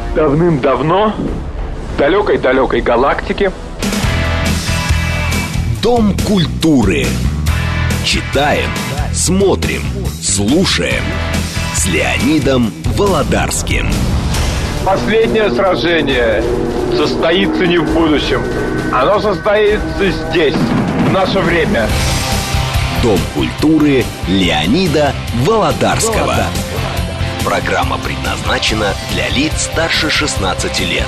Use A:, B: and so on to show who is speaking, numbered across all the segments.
A: Давным-давно, в далекой-далекой галактике.
B: Дом культуры. Читаем, смотрим, слушаем. С Леонидом Володарским.
A: Последнее сражение состоится не в будущем. Оно состоится здесь, в наше время.
B: Дом культуры Леонида Володарского. Программа предназначена для лиц старше 16 лет.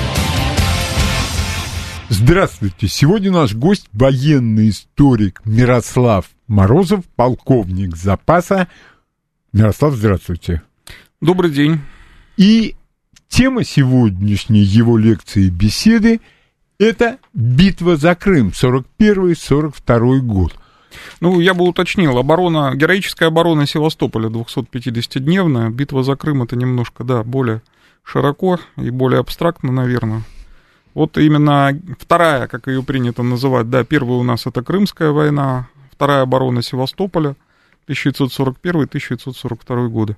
C: Здравствуйте! Сегодня наш гость — военный историк Мирослав Морозов, полковник запаса. Мирослав, здравствуйте.
D: Добрый день.
C: И тема сегодняшней его лекции и беседы — это битва за Крым, 41-42 год.
D: Ну, я бы уточнил, героическая оборона Севастополя 250-дневная, битва за Крым — это немножко, да, более широко и более абстрактно, наверное. Вот именно вторая, как ее принято называть, да, первая у нас это Крымская война, вторая оборона Севастополя 1941-1942 годы.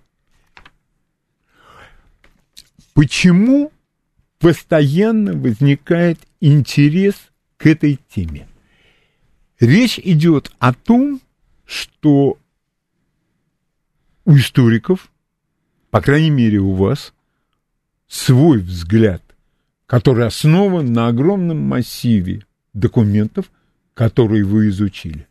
C: Почему постоянно возникает интерес к этой теме? Речь идет о том, что у историков, по крайней мере у вас, свой взгляд, который основан на огромном массиве документов, которые вы изучили.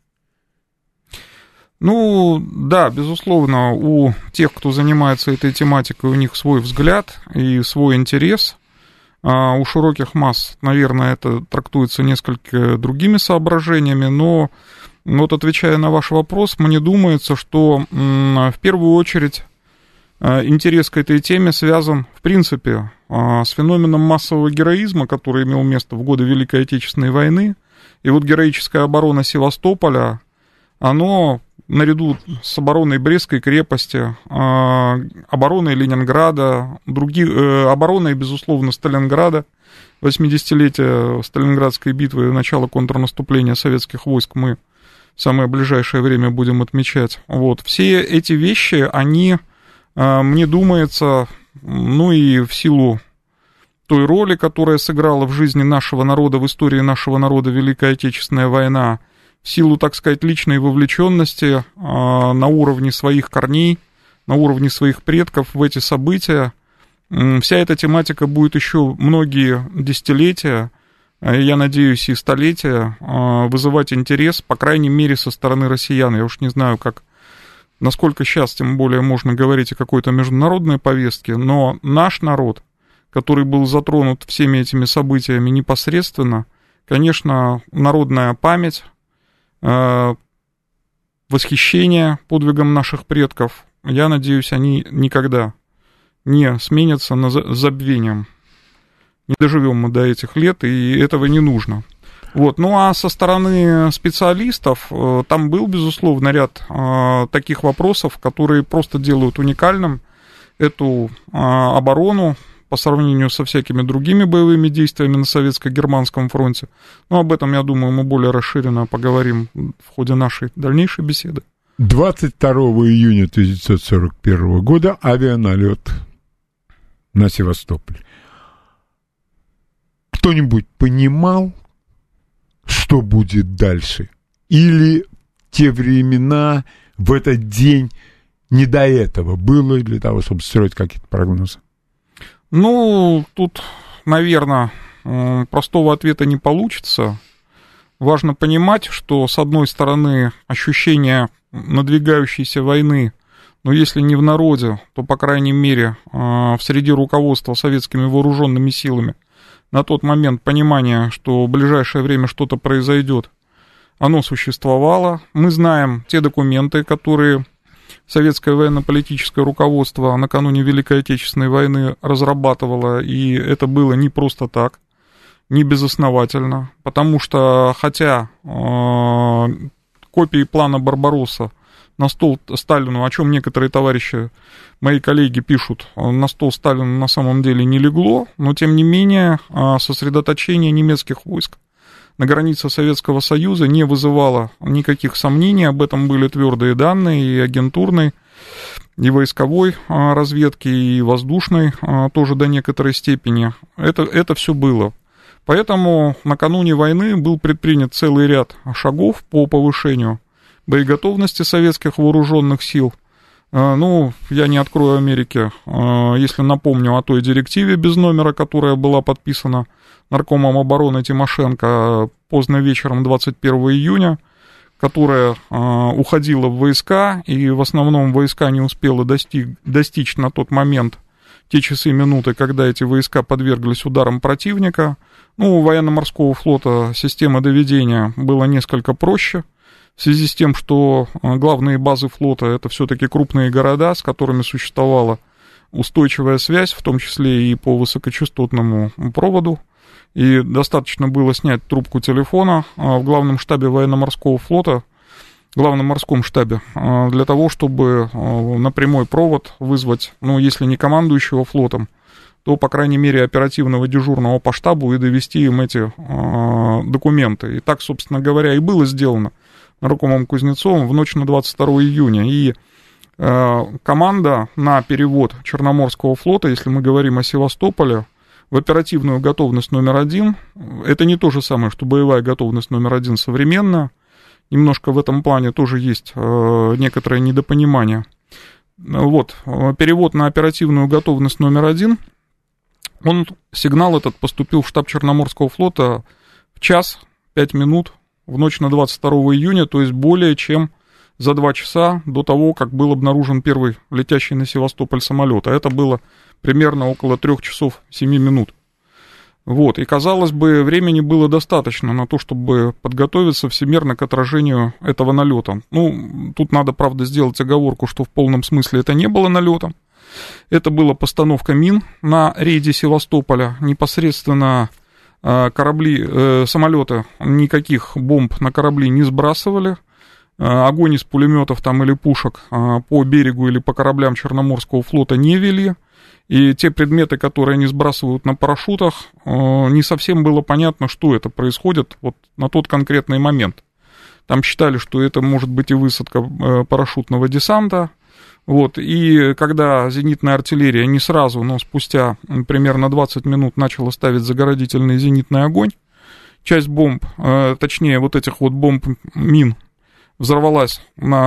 D: Ну, да, безусловно, у тех, кто занимается этой тематикой, у них свой взгляд и свой интерес. У широких масс, наверное, это трактуется несколько другими соображениями, но вот отвечая на ваш вопрос, мне думается, что в первую очередь интерес к этой теме связан, в принципе, с феноменом массового героизма, который имел место в годы Великой Отечественной войны. И вот героическая оборона Севастополя, оно наряду с обороной Брестской крепости, обороной Ленинграда, обороной, безусловно, Сталинграда, 80-летие Сталинградской битвы и начало контрнаступления советских войск мы в самое ближайшее время будем отмечать. Вот. Все эти вещи, они, мне думается, ну и в силу той роли, которая сыграла в жизни нашего народа, в истории нашего народа Великая Отечественная война, в силу, так сказать, личной вовлеченности на уровне своих корней, на уровне своих предков в эти события, вся эта тематика будет еще многие десятилетия, я надеюсь, и столетия вызывать интерес, по крайней мере, со стороны россиян. Я уж не знаю, насколько сейчас, тем более, можно говорить о какой-то международной повестке, но наш народ, который был затронут всеми этими событиями непосредственно, конечно, народная память, восхищение подвигом наших предков, я надеюсь, они никогда не сменятся забвением. Не доживем мы до этих лет, и этого не нужно. Вот. Ну а со стороны специалистов, там был, безусловно, ряд таких вопросов, которые просто делают уникальным эту оборону по сравнению со всякими другими боевыми действиями на Советско-Германском фронте. Но об этом, я думаю, мы более расширенно поговорим в ходе нашей дальнейшей беседы. 22
C: июня 1941 года авианалет на Севастополь. Кто-нибудь понимал, что будет дальше? Или те времена, в этот день не до этого было для того, чтобы строить какие-то прогнозы?
D: Ну, тут, наверное, простого ответа не получится. Важно понимать, что, с одной стороны, ощущение надвигающейся войны, но если не в народе, то, по крайней мере, в среде руководства советскими вооруженными силами, на тот момент понимание, что в ближайшее время что-то произойдет, оно существовало. Мы знаем те документы, которые советское военно-политическое руководство накануне Великой Отечественной войны разрабатывало, и это было не просто так, не безосновательно, потому что, хотя копии плана Барбаросса на стол Сталину, о чем некоторые товарищи, мои коллеги пишут, на стол Сталину на самом деле не легло, но тем не менее сосредоточение немецких войск на границе Советского Союза не вызывало никаких сомнений, об этом были твердые данные и агентурной и войсковой разведки, и воздушной тоже до некоторой степени. Это все было. Поэтому накануне войны был предпринят целый ряд шагов по повышению боеготовности советских вооруженных сил. Ну, я не открою Америке, если напомню о той директиве без номера, которая была подписана наркомом обороны Тимошенко поздно вечером 21 июня, которая уходила в войска, и в основном войска не успела достичь на тот момент те часы и минуты, когда эти войска подверглись ударам противника. Ну, у военно-морского флота система доведения была несколько проще, в связи с тем, что главные базы флота — это все-таки крупные города, с которыми существовала устойчивая связь, в том числе и по высокочастотному проводу. И достаточно было снять трубку телефона в главном штабе военно-морского флота, главном морском штабе, для того, чтобы на прямой провод вызвать, ну, если не командующего флотом, то, по крайней мере, оперативного дежурного по штабу и довести им эти документы. И так, собственно говоря, и было сделано наркомом Кузнецовым в ночь на 22 июня. И команда на перевод Черноморского флота, если мы говорим о Севастополе, в оперативную готовность номер 1, это не то же самое, что боевая готовность номер 1 современная. Немножко в этом плане тоже есть некоторое недопонимание. Вот, перевод на оперативную готовность номер 1, сигнал этот поступил в штаб Черноморского флота в 1:05 в ночь на 22 июня, то есть более чем за 2 часа до того, как был обнаружен первый летящий на Севастополь самолет. А это было примерно около 3 часов 7 минут. Вот, и, казалось бы, времени было достаточно на то, чтобы подготовиться всемерно к отражению этого налета. Ну, тут надо, правда, сделать оговорку, что в полном смысле это не было налетом. Это была постановка мин на рейде Севастополя. Непосредственно самолеты никаких бомб на корабли не сбрасывали. Огонь из пулеметов там или пушек по берегу или по кораблям Черноморского флота не вели. И те предметы, которые они сбрасывают на парашютах, не совсем было понятно, что это происходит вот на тот конкретный момент. Там считали, что это может быть и высадка парашютного десанта. Вот, и когда зенитная артиллерия не сразу, но спустя примерно 20 минут начала ставить заградительный зенитный огонь, часть бомб, точнее вот этих вот бомб мин, взорвалась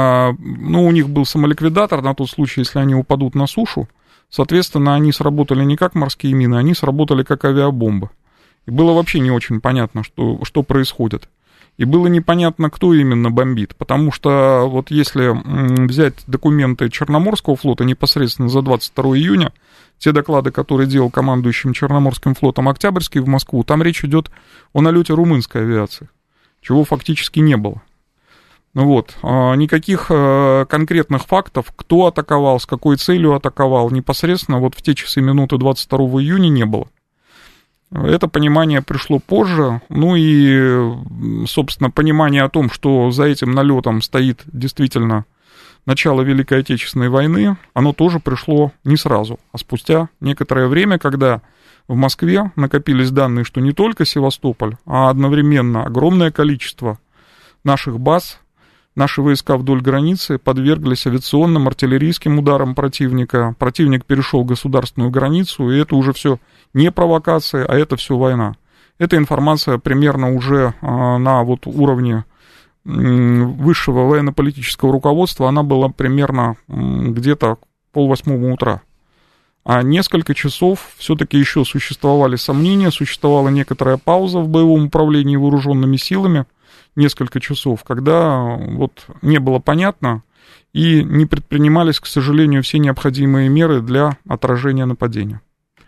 D: у них был самоликвидатор на тот случай, если они упадут на сушу. Соответственно, они сработали не как морские мины, они сработали как авиабомбы. И было вообще не очень понятно, что происходит. И было непонятно, кто именно бомбит, потому что вот если взять документы Черноморского флота непосредственно за 22 июня, те доклады, которые делал командующим Черноморским флотом Октябрьский в Москву, там речь идет о налете румынской авиации, чего фактически не было. Вот. Никаких конкретных фактов, кто атаковал, с какой целью атаковал, непосредственно вот в те часы минуты 22 июня не было. Это понимание пришло позже, ну и, собственно, понимание о том, что за этим налетом стоит действительно начало Великой Отечественной войны, оно тоже пришло не сразу, а спустя некоторое время, когда в Москве накопились данные, что не только Севастополь, а одновременно огромное количество наших баз, наши войска вдоль границы подверглись авиационным, артиллерийским ударам противника. Противник перешел государственную границу, и это уже все не провокация, а это все война. Эта информация примерно уже на вот уровне высшего военно-политического руководства, она была примерно где-то 7:30 утра. А несколько часов все-таки еще существовали сомнения, существовала некоторая пауза в боевом управлении вооруженными силами, несколько часов, когда вот не было понятно и не предпринимались, к сожалению, все необходимые меры для отражения нападения.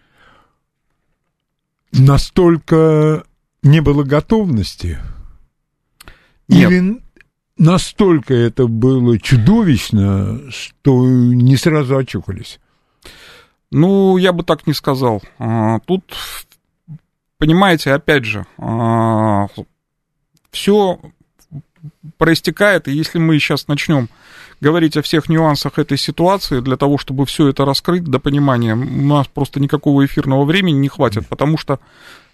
C: Настолько не было готовности?
D: Нет.
C: Или настолько это было чудовищно, что не сразу очухались?
D: Ну, я бы так не сказал. Тут, понимаете, опять же, все проистекает, и если мы сейчас начнем говорить о всех нюансах этой ситуации, для того, чтобы все это раскрыть до понимания, у нас просто никакого эфирного времени не хватит, потому что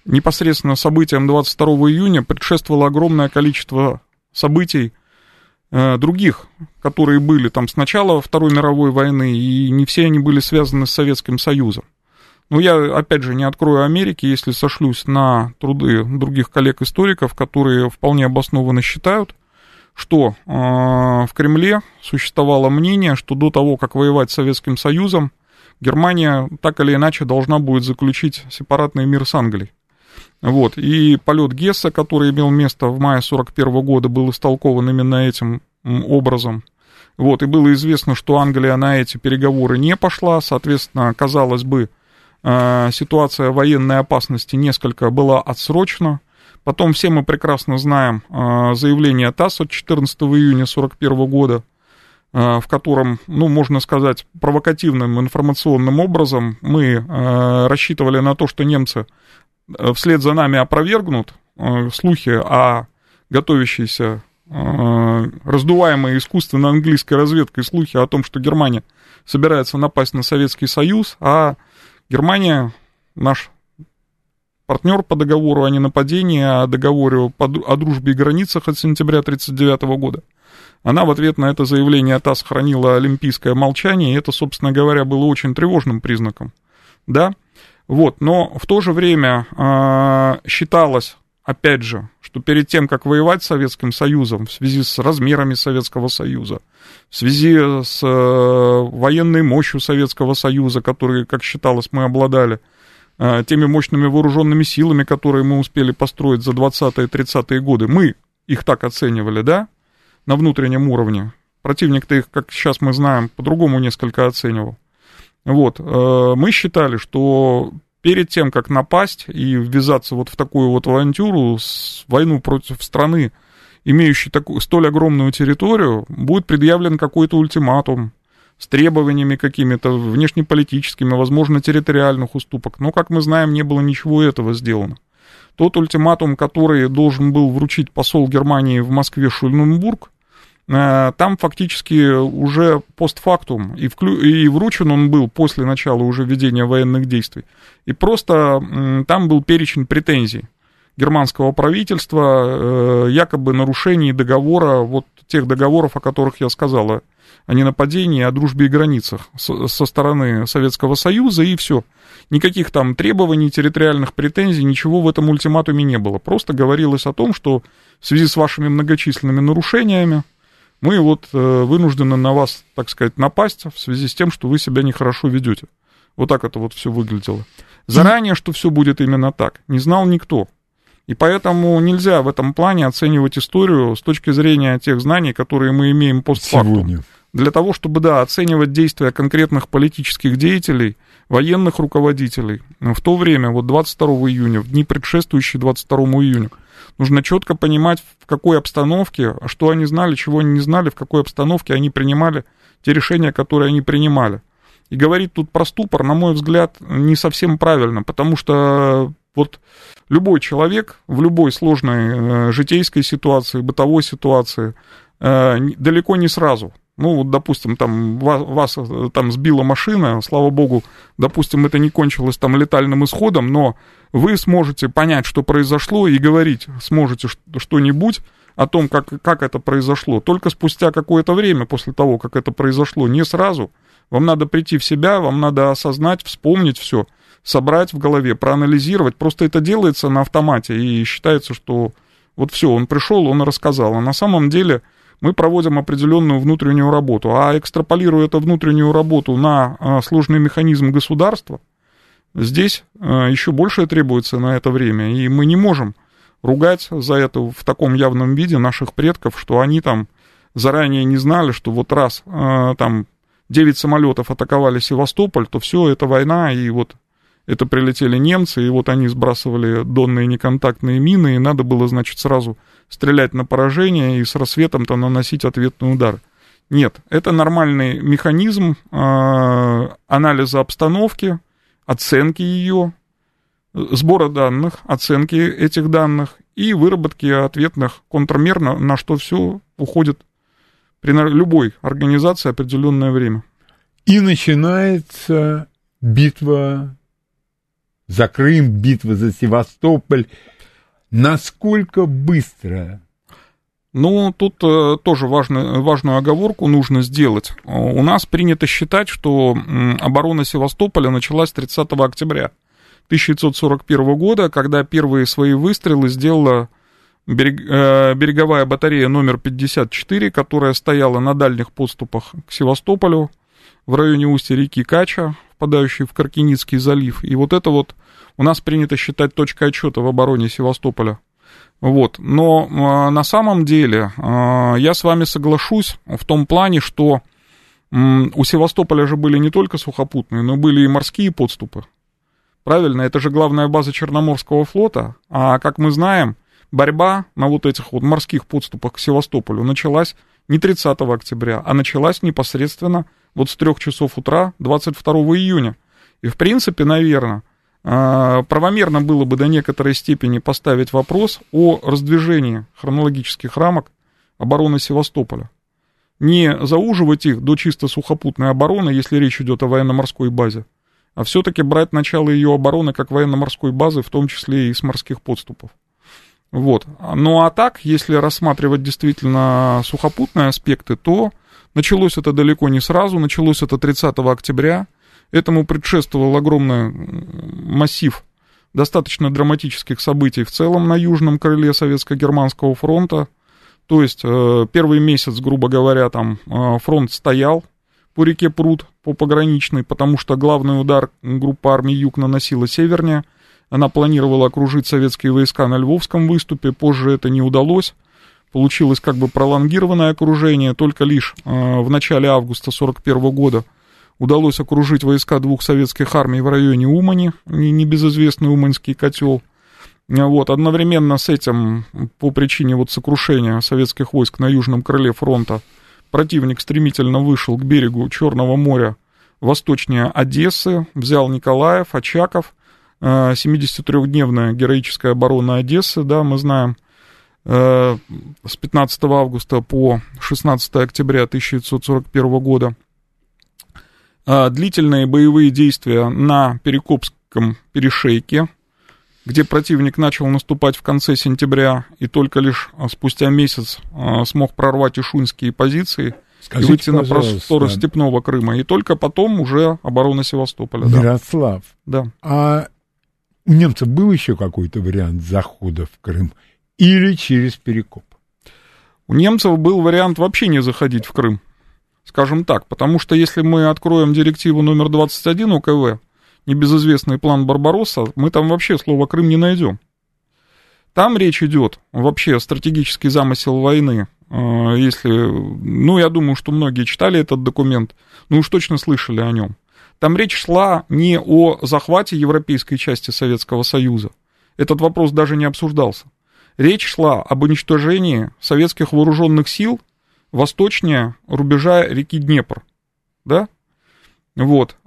D: непосредственно событиям 22 июня предшествовало огромное количество событий, других, которые были там с начала Второй мировой войны, и не все они были связаны с Советским Союзом. Но я, опять же, не открою Америки, если сошлюсь на труды других коллег-историков, которые вполне обоснованно считают, что в Кремле существовало мнение, что до того, как воевать с Советским Союзом, Германия так или иначе должна будет заключить сепаратный мир с Англией. Вот. И полет Гесса, который имел место в мае 1941 года, был истолкован именно этим образом. Вот. И было известно, что Англия на эти переговоры не пошла, соответственно, казалось бы, ситуация военной опасности несколько была отсрочена. Потом все мы прекрасно знаем заявление ТАСС от 14 июня 1941 года, в котором, ну, можно сказать, провокативным информационным образом мы рассчитывали на то, что немцы вслед за нами опровергнут слухи о готовящейся, раздуваемой искусственно английской разведкой слухи о том, что Германия собирается напасть на Советский Союз, а Германия, наш партнер по договору о ненападении, о договоре о дружбе и границах от сентября 1939 года, она в ответ на это заявление ТАСС хранила олимпийское молчание, и это, собственно говоря, было очень тревожным признаком, да, вот, но в то же время считалось, опять же, что перед тем, как воевать с Советским Союзом, в связи с размерами Советского Союза, в связи с военной мощью Советского Союза, которые, как считалось, мы обладали, теми мощными вооруженными силами, которые мы успели построить за 20-е, 30-е годы, мы их так оценивали, да, на внутреннем уровне. Противник-то их, как сейчас мы знаем, по-другому несколько оценивал. Вот, мы считали, что перед тем, как напасть и ввязаться вот в такую вот авантюру, войну против страны, имеющей столь огромную территорию, будет предъявлен какой-то ультиматум с требованиями какими-то внешнеполитическими, возможно, территориальных уступок. Но, как мы знаем, не было ничего этого сделано. Тот ультиматум, который должен был вручить посол Германии в Москве Шульненбург, там фактически уже постфактум, и вручен он был после начала уже ведения военных действий. И просто там был перечень претензий германского правительства, якобы нарушений договора, вот тех договоров, о которых я сказал, о ненападении, о дружбе и границах со стороны Советского Союза, и все. Никаких там требований, территориальных претензий, ничего в этом ультиматуме не было. Просто говорилось о том, что в связи с вашими многочисленными нарушениями мы вот вынуждены на вас, так сказать, напасть в связи с тем, что вы себя нехорошо ведете. Вот так это вот все выглядело. Заранее, что все будет именно так, не знал никто. И поэтому нельзя в этом плане оценивать историю с точки зрения тех знаний, которые мы имеем постфактум. Сегодня. Для того, чтобы, да, оценивать действия конкретных политических деятелей, военных руководителей, в то время, вот 22 июня, в дни предшествующие 22 июня, нужно четко понимать, в какой обстановке, что они знали, чего они не знали, в какой обстановке они принимали те решения, которые они принимали. И говорить тут про ступор, на мой взгляд, не совсем правильно, потому что вот любой человек в любой сложной житейской ситуации, бытовой ситуации, далеко не сразу. Ну, вот, допустим, там вас там сбила машина, слава богу, допустим, это не кончилось там летальным исходом, но вы сможете понять, что произошло, и говорить сможете что-нибудь о том, как это произошло. Только спустя какое-то время после того, как это произошло, не сразу. Вам надо прийти в себя, вам надо осознать, вспомнить все, собрать в голове, проанализировать. Просто это делается на автомате, и считается, что вот все, он пришел, он рассказал. А на самом деле мы проводим определенную внутреннюю работу. А экстраполируя эту внутреннюю работу на сложный механизм государства, здесь еще больше требуется на это время. И мы не можем ругать за это в таком явном виде наших предков, что они там заранее не знали, что вот раз там 9 самолетов атаковали Севастополь, то все, это война, и вот это прилетели немцы, и вот они сбрасывали донные неконтактные мины, и надо было, значит, сразу стрелять на поражение и с рассветом-то наносить ответный удар. Нет, это нормальный механизм анализа обстановки, оценки ее, сбора данных, оценки этих данных и выработки ответных контрмер, на что все уходит при любой организации определенное время.
C: И начинается битва за Крым, битва за Севастополь. Насколько быстро
D: Ну, тут тоже важную оговорку нужно сделать. У нас принято считать, что оборона Севастополя началась 30 октября 1941 года, когда первые свои выстрелы сделала береговая батарея номер 54, которая стояла на дальних подступах к Севастополю в районе устья реки Кача, впадающей в Каркиницкий залив. И вот это вот у нас принято считать точкой отсчета в обороне Севастополя. Вот. Но на самом деле я с вами соглашусь в том плане, что у Севастополя же были не только сухопутные, но были и морские подступы. Правильно, это же главная база Черноморского флота, а как мы знаем, борьба на вот этих вот морских подступах к Севастополю началась не 30 октября, а началась непосредственно вот с 3 часов утра 22 июня. И в принципе, наверное, правомерно было бы до некоторой степени поставить вопрос о раздвижении хронологических рамок обороны Севастополя. Не зауживать их до чисто сухопутной обороны, если речь идет о военно-морской базе, а все-таки брать начало ее обороны как военно-морской базы, в том числе и с морских подступов. Вот. Ну а так, если рассматривать действительно сухопутные аспекты, то началось это далеко не сразу, началось это 30 октября. Этому предшествовал огромный массив достаточно драматических событий в целом на южном крыле Советско-Германского фронта. То есть первый месяц, грубо говоря, там фронт стоял по реке Прут, по пограничной, потому что главный удар группа армий Юг наносила севернее. Она планировала окружить советские войска на Львовском выступе, позже это не удалось. Получилось как бы пролонгированное окружение, только лишь в начале августа 1941 года удалось окружить войска двух советских армий в районе Умани, небезызвестный Уманский котел. Вот, одновременно с этим, по причине вот сокрушения советских войск на южном крыле фронта, противник стремительно вышел к берегу Черного моря восточнее Одессы, взял Николаев, Очаков. 73-дневная героическая оборона Одессы, да, мы знаем, с 15 августа по 16 октября 1941 года. Длительные боевые действия на Перекопском перешейке, где противник начал наступать в конце сентября и только лишь спустя месяц смог прорвать ишунские позиции. Скажите, и выйти на просторы степного Крыма. И только потом уже оборона Севастополя.
C: Ярослав,
D: да.
C: А у немцев был еще какой-то вариант захода в Крым или через Перекоп?
D: У немцев был вариант вообще не заходить в Крым, скажем так, потому что если мы откроем директиву номер 21 УКВ, небезызвестный план Барбаросса, мы там вообще слово «Крым» не найдем. Там речь идет вообще стратегический замысел войны. Если, ну, я думаю, что многие читали этот документ, ну уж точно слышали о нем. Там речь шла не о захвате европейской части Советского Союза. Этот вопрос даже не обсуждался. Речь шла об уничтожении советских вооруженных сил восточнее рубежа реки Днепр, да? Вот.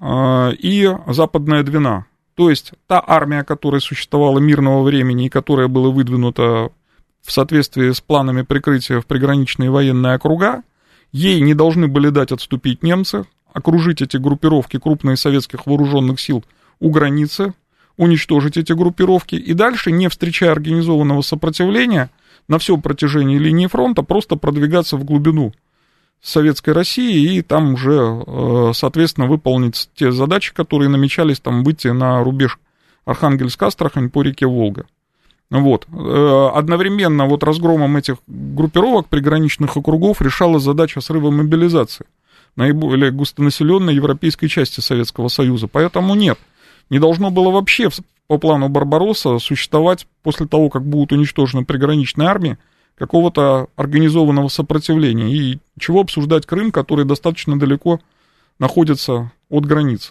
D: И Западная Двина. То есть та армия, которая существовала мирного времени и которая была выдвинута в соответствии с планами прикрытия в приграничные военные округа, ей не должны были дать отступить немцы, окружить эти группировки крупных советских вооруженных сил у границы, уничтожить эти группировки и дальше, не встречая организованного сопротивления, на всем протяжении линии фронта просто продвигаться в глубину Советской России и там уже, соответственно, выполнить те задачи, которые намечались, там выйти на рубеж Архангельск-Астрахань по реке Волга. Вот. Одновременно вот разгромом этих группировок приграничных округов решалась задача срыва мобилизации наиболее густонаселенной европейской части Советского Союза. Поэтому нет, не должно было вообще по плану Барбаросса существовать после того, как будут уничтожены приграничные армии, какого-то организованного сопротивления. И чего обсуждать Крым, который достаточно далеко находится от границ.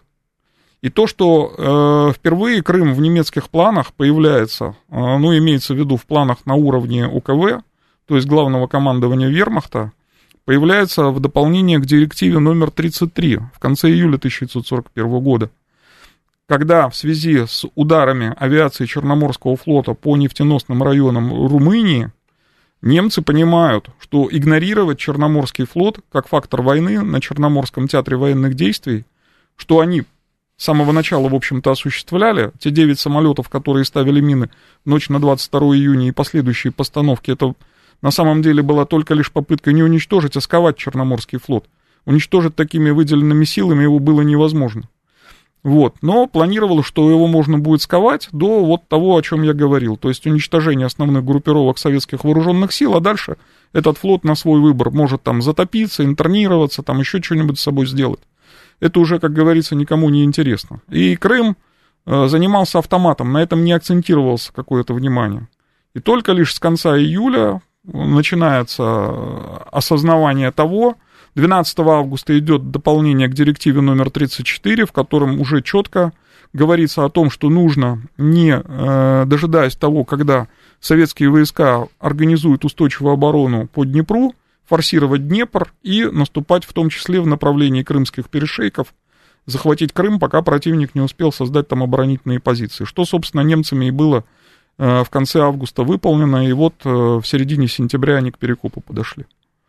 D: И то, что впервые Крым в немецких планах появляется, ну, имеется в виду в планах на уровне УКВ, то есть главного командования Вермахта, появляется в дополнение к директиве номер 33 в конце июля 1941 года, когда в связи с ударами авиации Черноморского флота по нефтеносным районам Румынии немцы понимают, что игнорировать Черноморский флот как фактор войны на Черноморском театре военных действий, что они с самого начала, в общем-то, осуществляли, те 9 самолетов, которые ставили мины в ночь на 22 июня и последующие постановки, это на самом деле была только лишь попытка не уничтожить, а сковать Черноморский флот. Уничтожить такими выделенными силами его было невозможно. Вот. Но планировалось, что его можно будет сковать до вот того, о чем я говорил. То есть уничтожение основных группировок советских вооруженных сил, а дальше этот флот на свой выбор может там затопиться, интернироваться, там еще что-нибудь с собой сделать. Это уже, как говорится, никому не интересно. И Крым занимался автоматом, на этом не акцентировалось какое-то внимание. И только лишь с конца июля начинается осознавание того, 12 августа идет дополнение к директиве номер 34, в котором уже четко говорится о том, что нужно, не дожидаясь того, когда советские войска организуют устойчивую оборону по Днепру, форсировать Днепр и наступать в том числе в направлении крымских перешейков, захватить Крым, пока противник не успел создать там оборонительные позиции. Что, собственно, немцами и было в конце августа выполнено, и вот в середине сентября они к Перекопу подошли.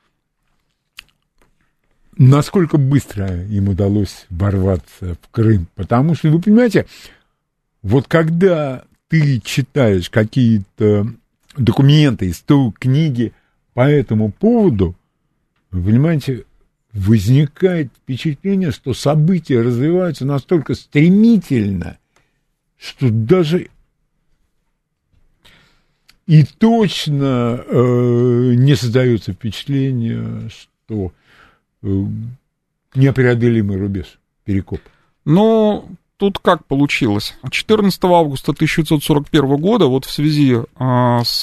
C: Насколько быстро им удалось ворваться в Крым? Потому что, вы понимаете, вот когда ты читаешь какие-то документы, книги по этому поводу, вы понимаете, возникает впечатление, что события развиваются настолько стремительно, что даже и точно не создается впечатление, что непреодолимый рубеж Перекоп.
D: Ну, тут как получилось? 14 августа 1941 года, вот в связи с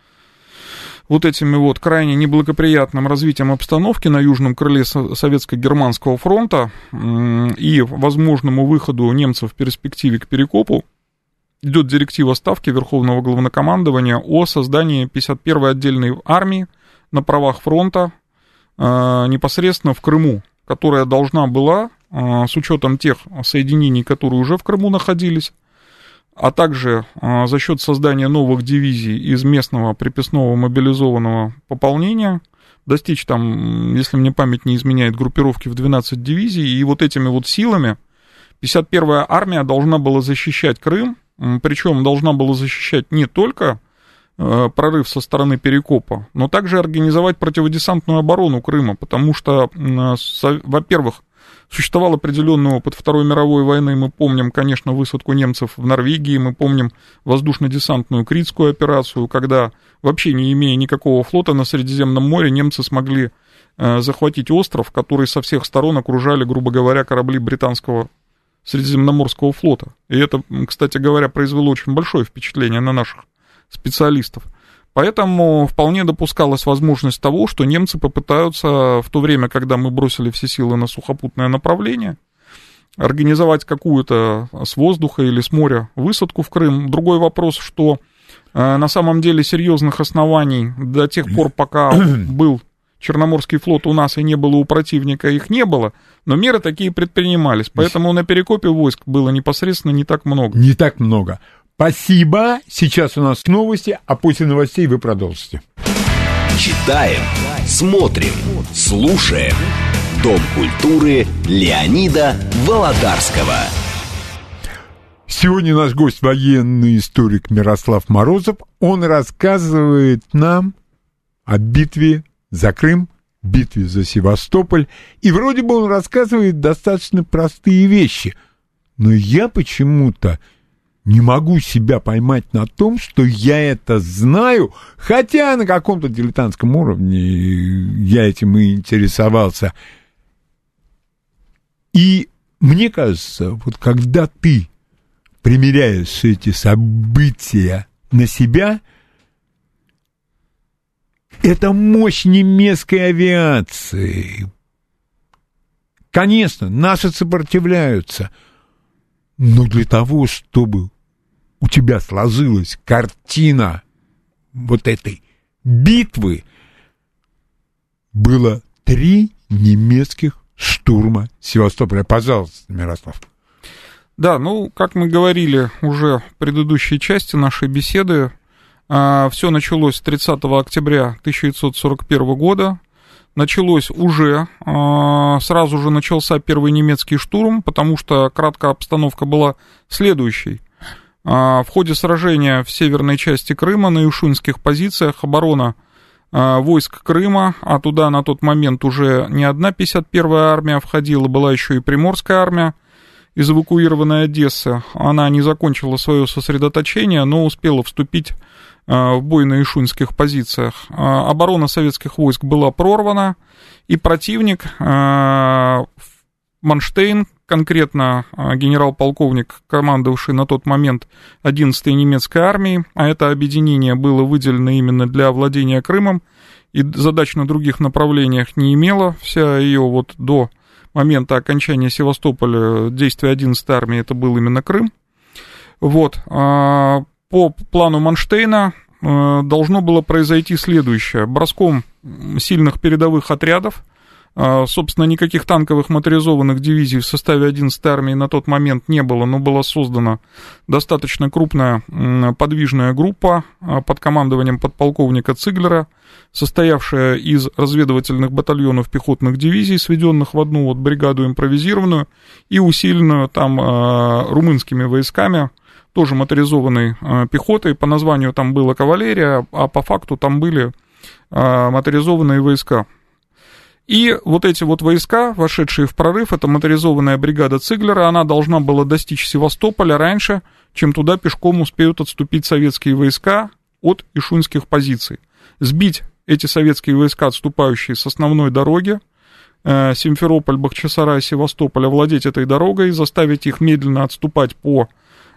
D: вот этим вот крайне неблагоприятным развитием обстановки на южном крыле Советско-Германского фронта и возможному выходу немцев в перспективе к Перекопу, идет директива Ставки Верховного Главнокомандования о создании 51-й отдельной армии на правах фронта непосредственно в Крыму, которая должна была, с учетом тех соединений, которые уже в Крыму находились, а также за счет создания новых дивизий из местного приписного мобилизованного пополнения, достичь там, если мне память не изменяет, группировки в 12 дивизий, и вот этими вот силами 51-я армия должна была защищать Крым, причем должна была защищать не только прорыв со стороны Перекопа, но также организовать противодесантную оборону Крыма, потому что, во-первых, существовал определенный опыт Второй мировой войны, мы помним, конечно, высадку немцев в Норвегии, мы помним воздушно-десантную Критскую операцию, когда, вообще не имея никакого флота на Средиземном море, немцы смогли захватить остров, который со всех сторон окружали, грубо говоря, корабли британского Средиземноморского флота. И это, кстати говоря, произвело очень большое впечатление на наших специалистов. Поэтому вполне допускалась возможность того, что немцы попытаются в то время, когда мы бросили все силы на сухопутное направление, организовать какую-то с воздуха или с моря высадку в Крым. Другой вопрос, что на самом деле серьезных оснований до тех пор, пока был Черноморский флот у нас и не было у противника, их не было, но меры такие предпринимались. Поэтому на Перекопе войск было непосредственно не так много.
C: Не так много. Спасибо. Сейчас у нас новости, а после новостей вы продолжите.
B: Читаем, смотрим, слушаем. Дом культуры Леонида Володарского.
C: Сегодня наш гость — военный историк Мирослав Морозов. Он рассказывает нам о битве за Крым, битве за Севастополь. И вроде бы он рассказывает достаточно простые вещи. Но я почему-то не могу себя поймать на том, что я это знаю, хотя на каком-то дилетантском уровне я этим и интересовался. И мне кажется, вот когда ты примеряешь эти события на себя, это мощь немецкой авиации. Конечно, наши сопротивляются, но для того, чтобы у тебя сложилась картина вот этой битвы, было 3 немецких штурма Севастополя. Пожалуйста, Мирослав.
D: Да, ну, как мы говорили уже в предыдущей части нашей беседы, все началось 30 октября 1941 года. Началось уже, сразу же начался первый немецкий штурм, потому что краткая обстановка была следующей. В ходе сражения в северной части Крыма на Юшуньских позициях оборона войск Крыма, а туда на тот момент уже не одна 51-я армия входила, была еще и Приморская армия из эвакуированной Одессы. Она не закончила свое сосредоточение, но успела вступить в бой на ишунских позициях. Оборона советских войск была прорвана, и противник, Манштейн, конкретно генерал-полковник, командовавший на тот момент 11-й немецкой армией, а это объединение было выделено именно для овладения Крымом, и задач на других направлениях не имело. Вся ее вот до момента окончания Севастополя действия 11-й армии это был именно Крым. Вот. По плану Манштейна должно было произойти следующее. Броском сильных передовых отрядов, собственно, никаких танковых моторизованных дивизий в составе 11-й армии на тот момент не было, но была создана достаточно крупная подвижная группа под командованием подполковника Циглера, состоявшая из разведывательных батальонов пехотных дивизий, сведенных в одну вот бригаду импровизированную и усиленную там румынскими войсками, тоже моторизованной пехотой. По названию там была кавалерия, а по факту там были моторизованные войска. И вот эти вот войска, вошедшие в прорыв, это моторизованная бригада Циглера, она должна была достичь Севастополя раньше, чем туда пешком успеют отступить советские войска от ишунских позиций. Сбить эти советские войска, отступающие с основной дороги, Симферополь, Бахчисарай, Севастополь, овладеть этой дорогой, заставить их медленно отступать по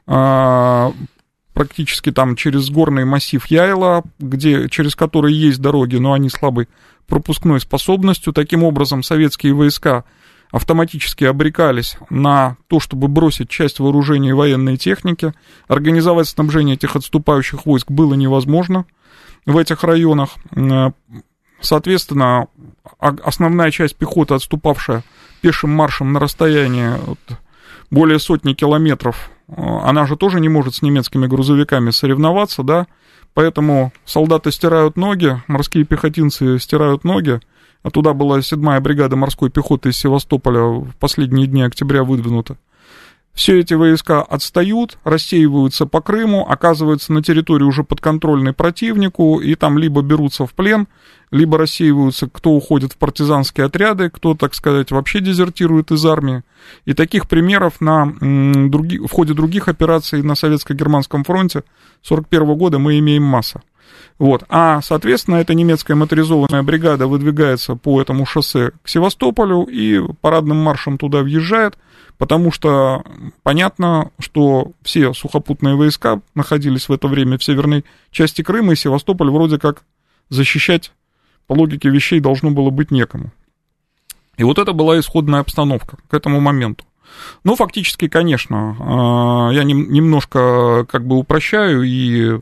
D: практически там через горный массив Яйла, через который есть дороги, но они слабой пропускной способностью. Таким образом, советские войска автоматически обрекались на то, чтобы бросить часть вооружения и военной техники. Организовать снабжение этих отступающих войск было невозможно в этих районах. Соответственно, основная часть пехоты, отступавшая пешим маршем на расстоянии более сотни километров, она же тоже не может с немецкими грузовиками соревноваться, да, поэтому солдаты стирают ноги, морские пехотинцы стирают ноги, а туда была 7-я бригада морской пехоты из Севастополя в последние дни октября выдвинута. Все эти войска отстают, рассеиваются по Крыму, оказываются на территории уже подконтрольной противнику, и там либо берутся в плен, либо рассеиваются, кто уходит в партизанские отряды, кто, так сказать, вообще дезертирует из армии. И таких примеров в ходе других операций на Советско-Германском фронте 1941 года мы имеем массу. Вот. А, соответственно, эта немецкая моторизованная бригада выдвигается по этому шоссе к Севастополю и парадным маршем туда въезжает, потому что понятно, что все сухопутные войска находились в это время в северной части Крыма, и Севастополь вроде как защищать по логике вещей должно было быть некому. И вот это была исходная обстановка к этому моменту. Ну, фактически, конечно, я немножко как бы упрощаю и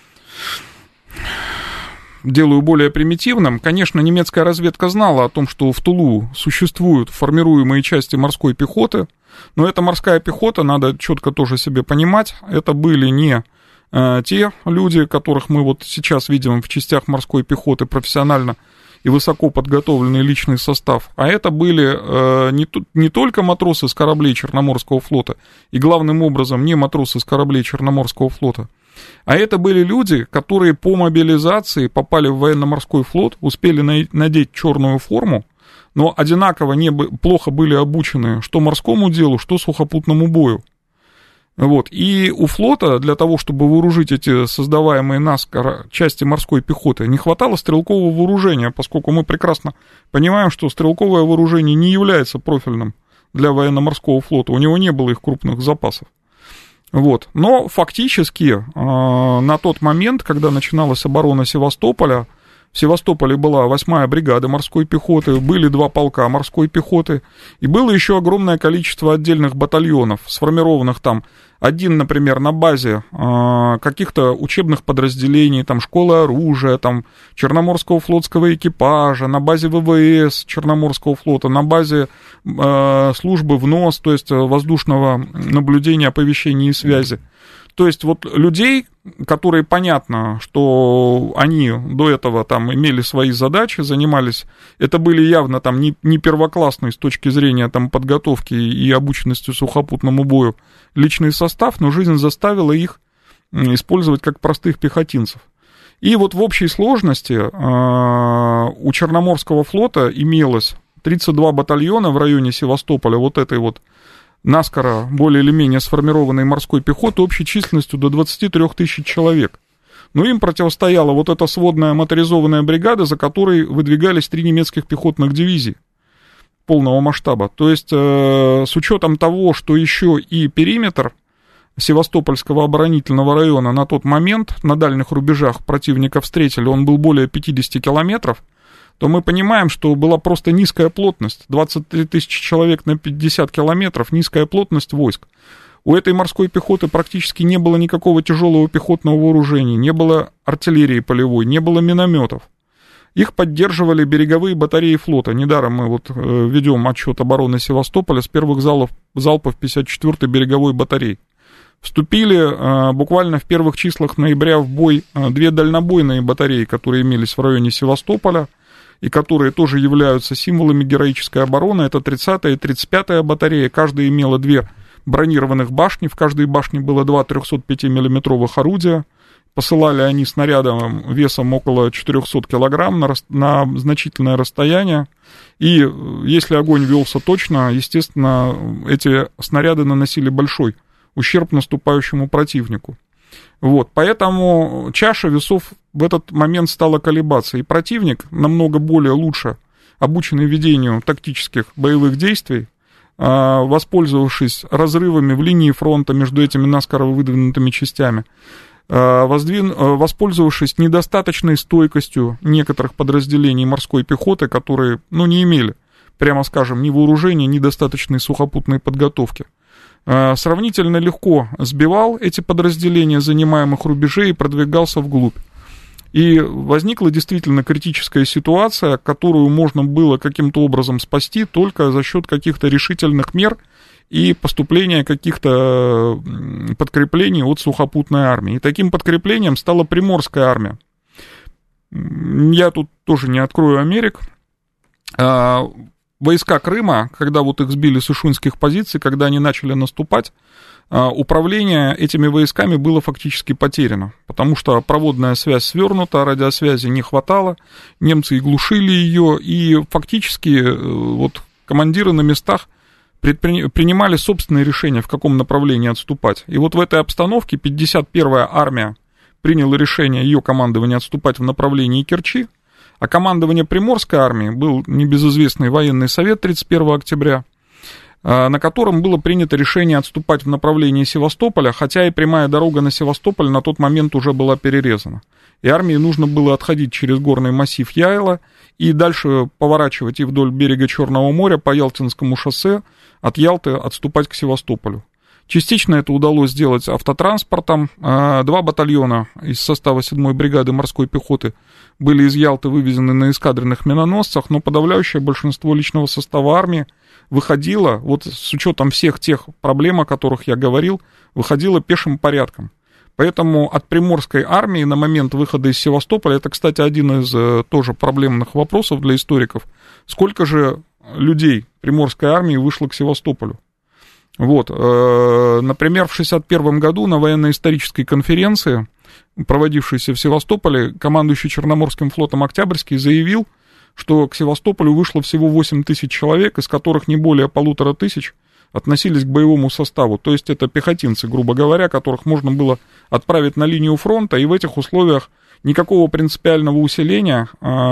D: делаю более примитивным. Конечно, немецкая разведка знала о том, что в Тулу существуют формируемые части морской пехоты, но эта морская пехота, надо четко тоже себе понимать, это были не те люди, которых мы вот сейчас видим в частях морской пехоты профессионально и высоко подготовленный личный состав, а это были не только матросы с кораблей Черноморского флота, и главным образом не матросы с кораблей Черноморского флота, а это были люди, которые по мобилизации попали в военно-морской флот, успели надеть черную форму, но одинаково плохо были обучены что морскому делу, что сухопутному бою. Вот. И у флота для того, чтобы вооружить эти создаваемые наскоро части морской пехоты, не хватало стрелкового вооружения, поскольку мы прекрасно понимаем, что стрелковое вооружение не является профильным для военно-морского флота, у него не было их крупных запасов. Вот. Но фактически на тот момент, когда начиналась оборона Севастополя, в Севастополе была 8-я бригада морской пехоты, были 2 полка морской пехоты, и было еще огромное количество отдельных батальонов, сформированных там, один, например, на базе каких-то учебных подразделений, там, школы оружия, там, Черноморского флотского экипажа, на базе ВВС Черноморского флота, на базе службы ВНОС, то есть воздушного наблюдения, оповещения и связи. То есть вот людей, которые понятно, что они до этого там имели свои задачи, занимались, это были явно там не первоклассные с точки зрения там подготовки и обученности сухопутному бою личный состав, но жизнь заставила их использовать как простых пехотинцев. И вот в общей сложности у Черноморского флота имелось 32 батальона в районе Севастополя, вот этой вот наскоро более или менее сформированной морской пехоты общей численностью до 23 тысяч человек. Но им противостояла вот эта сводная моторизованная бригада, за которой выдвигались 3 немецких пехотных дивизии полного масштаба. То есть с учетом того, что еще и периметр Севастопольского оборонительного района на тот момент на дальних рубежах противника встретили, он был более 50 километров, то мы понимаем, что была просто низкая плотность, 23 тысячи человек на 50 километров, низкая плотность войск. У этой морской пехоты практически не было никакого тяжелого пехотного вооружения, не было артиллерии полевой, не было минометов. Их поддерживали береговые батареи флота. Недаром мы вот ведем отчет обороны Севастополя с первых залпов 54-й береговой батареи. Вступили буквально в первых числах ноября в бой 2 дальнобойные батареи, которые имелись в районе Севастополя, и которые тоже являются символами героической обороны. Это 30-я и 35-я батарея. Каждая имела 2 бронированных башни. В каждой башне было 2 305-миллиметровых орудия. Посылали они снарядом весом около 400 килограмм на значительное расстояние. И если огонь велся точно, естественно, эти снаряды наносили большой ущерб наступающему противнику. Вот, поэтому чаша весов в этот момент стала колебаться, и противник, намного более лучше обученный ведению тактических боевых действий, воспользовавшись разрывами в линии фронта между этими наскоро выдвинутыми частями, воспользовавшись недостаточной стойкостью некоторых подразделений морской пехоты, которые, не имели, прямо скажем, ни вооружения, ни достаточной сухопутной подготовки, сравнительно легко сбивал эти подразделения занимаемых рубежей и продвигался вглубь. И возникла действительно критическая ситуация, которую можно было каким-то образом спасти только за счет каких-то решительных мер и поступления каких-то подкреплений от сухопутной армии. И таким подкреплением стала Приморская армия. Я тут тоже не открою Америк. Войска Крыма, когда вот их сбили с ишунских позиций, когда они начали наступать, управление этими войсками было фактически потеряно, потому что проводная связь свернута, радиосвязи не хватало, немцы и глушили ее, и фактически вот командиры на местах принимали собственные решения, в каком направлении отступать. И вот в этой обстановке 51-я армия приняла решение, ее командование, отступать в направлении Керчи, а командование Приморской армии был небезызвестный военный совет 31 октября, на котором было принято решение отступать в направлении Севастополя, хотя и прямая дорога на Севастополь на тот момент уже была перерезана. И армии нужно было отходить через горный массив Яйла и дальше поворачивать и вдоль берега Черного моря по Ялтинскому шоссе от Ялты отступать к Севастополю. Частично это удалось сделать автотранспортом. 2 батальона из состава 7-й бригады морской пехоты были из Ялты вывезены на эскадренных миноносцах, но подавляющее большинство личного состава армии выходило, вот с учетом всех тех проблем, о которых я говорил, выходило пешим порядком. Поэтому от Приморской армии на момент выхода из Севастополя, это, кстати, один из тоже проблемных вопросов для историков, сколько же людей Приморской армии вышло к Севастополю. Вот, например, в 1961 году на военно-исторической конференции, проводившейся в Севастополе, командующий Черноморским флотом Октябрьский заявил, что к Севастополю вышло всего 8 тысяч человек, из которых не более 1500 относились к боевому составу. То есть это пехотинцы, грубо говоря, которых можно было отправить на линию фронта, и в этих условиях никакого принципиального усиления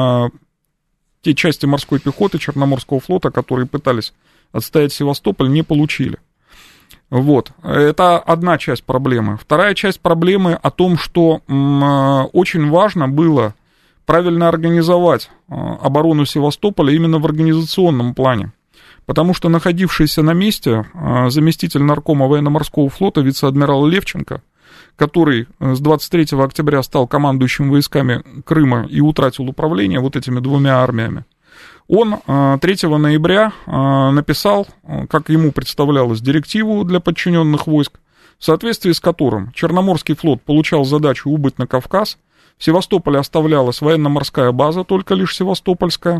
D: те части морской пехоты Черноморского флота, которые пытались отстоять Севастополь, не получили. Вот, это одна часть проблемы. Вторая часть проблемы о том, что очень важно было правильно организовать оборону Севастополя именно в организационном плане. Потому что находившийся на месте заместитель наркома военно-морского флота вице-адмирал Левченко, который с 23 октября стал командующим войсками Крыма и утратил управление вот этими 2 армиями, он 3 ноября написал, как ему представлялось, директиву для подчиненных войск, в соответствии с которым Черноморский флот получал задачу убыть на Кавказ, в Севастополе оставлялась военно-морская база, только лишь Севастопольская,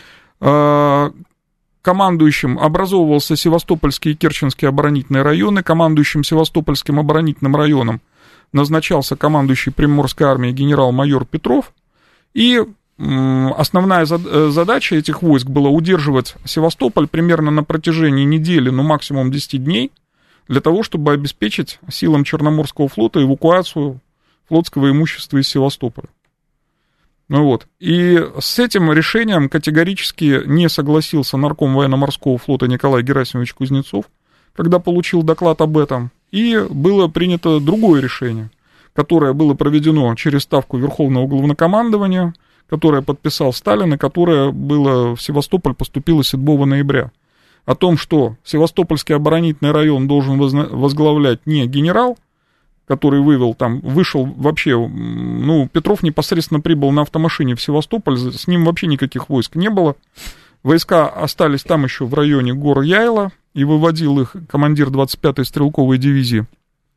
D: командующим образовывался Севастопольский и Керченский оборонительные районы, командующим Севастопольским оборонительным районом назначался командующий Приморской армией генерал-майор Петров, и основная задача этих войск была удерживать Севастополь примерно на протяжении недели, ну максимум 10 дней, для того, чтобы обеспечить силам Черноморского флота эвакуацию флотского имущества из Севастополя. Ну вот. И с этим решением категорически не согласился нарком военно-морского флота Николай Герасимович Кузнецов, когда получил доклад об этом, и было принято другое решение, которое было проведено через ставку Верховного Главнокомандования, которое подписал Сталин, и которое было в Севастополь поступило 7 ноября. О том, что Севастопольский оборонительный район должен возглавлять не генерал, который вышел вообще, ну, Петров непосредственно прибыл на автомашине в Севастополь, с ним вообще никаких войск не было. Войска остались там еще в районе гор Яйла, и выводил их командир 25-й стрелковой дивизии,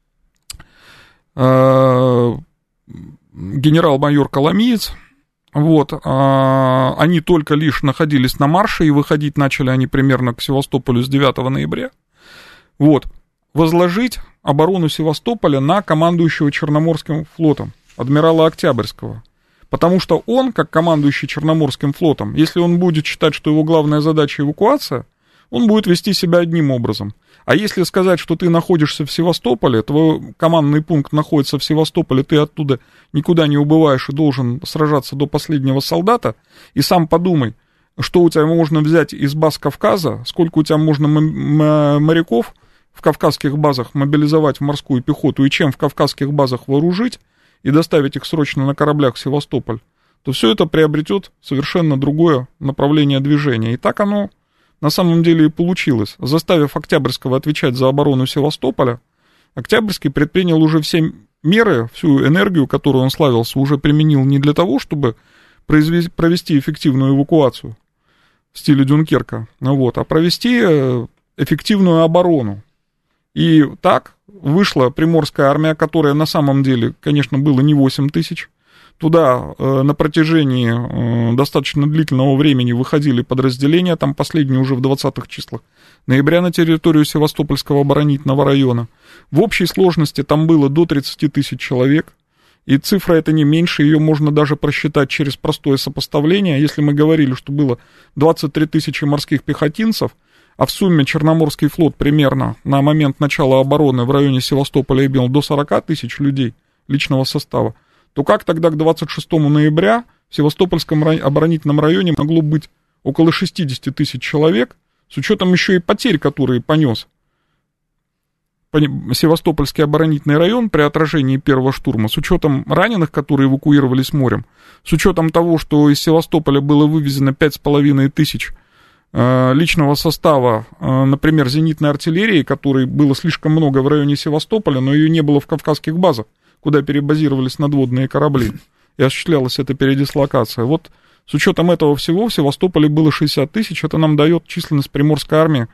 D: генерал-майор Коломиец. Вот, они только лишь находились на марше, и выходить начали они примерно к Севастополю с 9 ноября. Вот, возложить оборону Севастополя на командующего Черноморским флотом, адмирала Октябрьского. Потому что он, как командующий Черноморским флотом, если он будет считать, что его главная задача эвакуация, он будет вести себя одним образом. А если сказать, что ты находишься в Севастополе, твой командный пункт находится в Севастополе, ты оттуда никуда не убываешь и должен сражаться до последнего солдата, и сам подумай, что у тебя можно взять из баз Кавказа, сколько у тебя можно моряков в кавказских базах мобилизовать в морскую пехоту, и чем в кавказских базах вооружить, и доставить их срочно на кораблях в Севастополь, то все это приобретет совершенно другое направление движения. И так оно на самом деле и получилось. Заставив Октябрьского отвечать за оборону Севастополя, Октябрьский предпринял уже все меры, всю энергию, которую он славился, уже применил не для того, чтобы провести эффективную эвакуацию в стиле Дюнкерка, а провести эффективную оборону. И так вышла Приморская армия, которая на самом деле, конечно, было не 8 тысяч. Туда на протяжении достаточно длительного времени выходили подразделения, там последние уже в 20-х числах ноября на территорию Севастопольского оборонительного района. В общей сложности там было до 30 тысяч человек, и цифра эта не меньше, ее можно даже просчитать через простое сопоставление. Если мы говорили, что было 23 тысячи морских пехотинцев, а в сумме Черноморский флот примерно на момент начала обороны в районе Севастополя имел до 40 тысяч людей личного состава, то как тогда к 26 ноября в Севастопольском оборонительном районе могло быть около 60 тысяч человек, с учетом еще и потерь, которые понес Севастопольский оборонительный район при отражении первого штурма, с учетом раненых, которые эвакуировались морем, с учетом того, что из Севастополя было вывезено 5,5 тысяч личного состава, например, зенитной артиллерии, которой было слишком много в районе Севастополя, но ее не было в кавказских базах, куда перебазировались надводные корабли, и осуществлялась эта передислокация. Вот с учетом этого всего в Севастополе было 60 тысяч, это нам дает численность Приморской армии,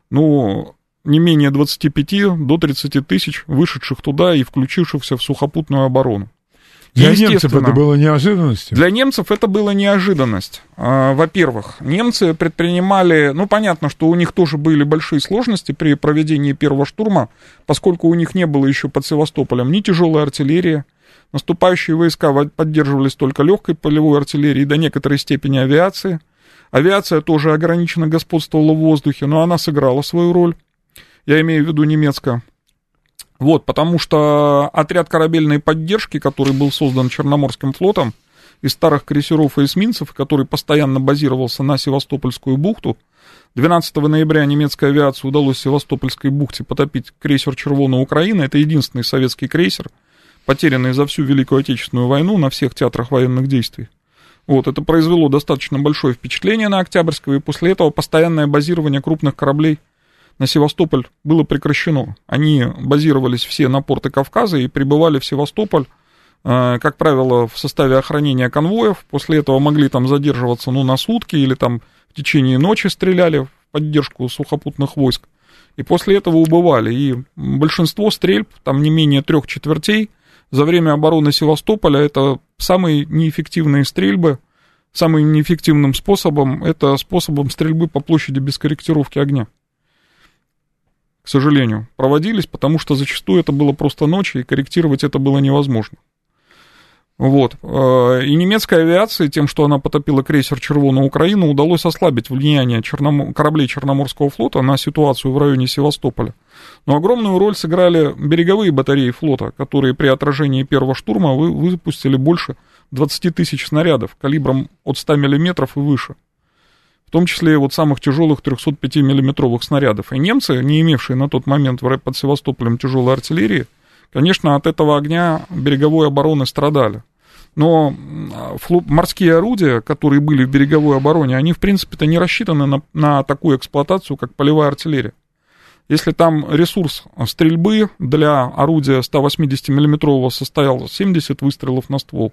D: ну, не менее 25 до 30 тысяч, вышедших туда и включившихся в сухопутную оборону.
C: Для немцев это было неожиданностью?
D: Для немцев это была неожиданность. Во-первых, немцы предпринимали, ну, понятно, что у них тоже были большие сложности при проведении первого штурма, поскольку у них не было еще под Севастополем ни тяжелой артиллерии, наступающие войска поддерживались только легкой полевой артиллерией, до некоторой степени авиации. Авиация тоже ограниченно господствовала в воздухе, но она сыграла свою роль, я имею в виду немецкая. Вот, потому что отряд корабельной поддержки, который был создан Черноморским флотом из старых крейсеров и эсминцев, который постоянно базировался на Севастопольскую бухту, 12 ноября немецкой авиации удалось в Севастопольской бухте потопить крейсер «Червона Украина». Это единственный советский крейсер, потерянный за всю Великую Отечественную войну на всех театрах военных действий. Вот, это произвело достаточно большое впечатление на Октябрьского, и после этого постоянное базирование крупных кораблей на Севастополь было прекращено. Они базировались все на порты Кавказа и прибывали в Севастополь, как правило, в составе охранения конвоев. После этого могли там задерживаться, ну, на сутки или там в течение ночи стреляли в поддержку сухопутных войск. И после этого убывали. И большинство стрельб, там не менее 3/4 за время обороны Севастополя, это самые неэффективные стрельбы. Самым неэффективным способом это способом стрельбы по площади без корректировки огня. к сожалению, проводились, потому что зачастую это было просто ночь, и корректировать это было невозможно. Вот. И немецкой авиации, тем, что она потопила крейсер «Червона Украина», удалось ослабить влияние кораблей Черноморского флота на ситуацию в районе Севастополя. Но огромную роль сыграли береговые батареи флота, которые при отражении первого штурма выпустили больше 20 тысяч снарядов калибром от 100 мм и выше. В том числе и вот самых тяжелых 305 миллиметровых снарядов. И немцы, не имевшие на тот момент под Севастополем тяжелой артиллерии, конечно, от этого огня береговой обороны страдали. Но морские орудия, которые были в береговой обороне, они, в принципе-то, не рассчитаны на такую эксплуатацию, как полевая артиллерия. Если там ресурс стрельбы для орудия 180 миллиметрового состоял 70 выстрелов на ствол,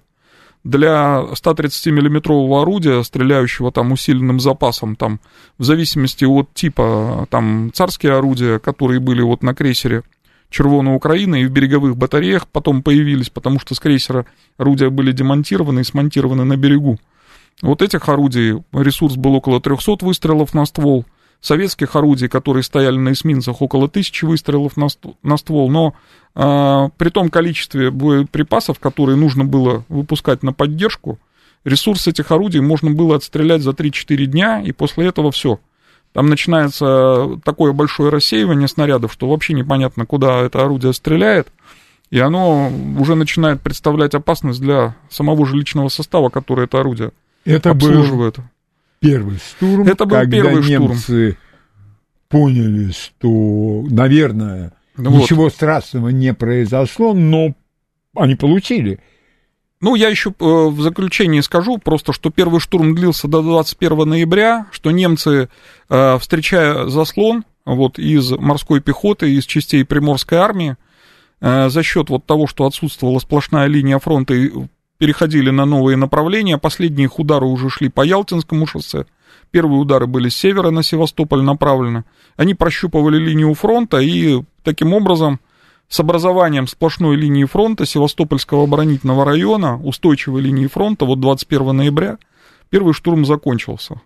D: для 130 миллиметрового орудия, стреляющего там усиленным запасом, там, в зависимости от типа, там, царские орудия, которые были вот на крейсере «Червона Украина» и в береговых батареях потом появились, потому что с крейсера орудия были демонтированы и смонтированы на берегу. Вот этих орудий ресурс был около 300 выстрелов на ствол, советских орудий, которые стояли на эсминцах, около 1000 выстрелов на ствол, но при том количестве боеприпасов, которые нужно было выпускать на поддержку, ресурс этих орудий можно было отстрелять за 3-4 дня, и после этого все. Там начинается такое большое рассеивание снарядов, что вообще непонятно, куда это орудие стреляет, и оно уже начинает представлять опасность для самого же личного состава, который это орудие обслуживает.
C: Первый штурм,
D: это был
C: когда
D: первый
C: немцы поняли, что, наверное, ничего страшного не произошло, но они получили.
D: Ну, я еще в заключении скажу просто, что первый штурм длился до 21 ноября, что немцы, встречая заслон вот, из морской пехоты, из частей Приморской армии, за счет вот того, что отсутствовала сплошная линия фронта, переходили на новые направления. Последние их удары уже шли по Ялтинскому шоссе. Первые удары были с севера на Севастополь направлены. Они прощупывали линию фронта, и таким образом с образованием сплошной линии фронта Севастопольского оборонительного района, устойчивой линии фронта, вот 21 ноября, первый штурм закончился.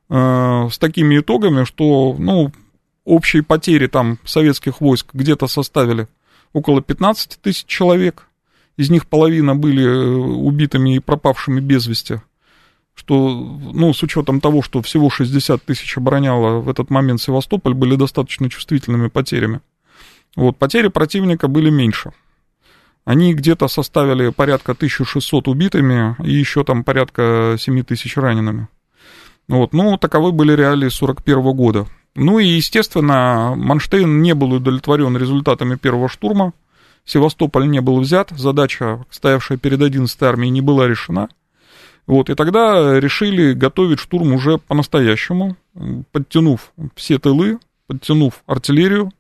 D: С такими итогами, что, ну, общие потери там советских войск где-то составили около 15 тысяч человек. Из них половина были убитыми и пропавшими без вести, что, ну, с учетом того, что всего 60 тысяч обороняло в этот момент Севастополь, были достаточно чувствительными потерями. Вот, потери противника были меньше. Они где-то составили порядка 1600 убитыми и еще там порядка 7000 ранеными. Вот, ну, таковы были реалии 1941 года. Ну и, естественно, Манштейн не был удовлетворен результатами первого штурма. Севастополь не был взят, задача, стоявшая перед 11-й армией, не была решена. Вот, и тогда решили готовить штурм уже по-настоящему, подтянув все тылы, подтянув артиллерию,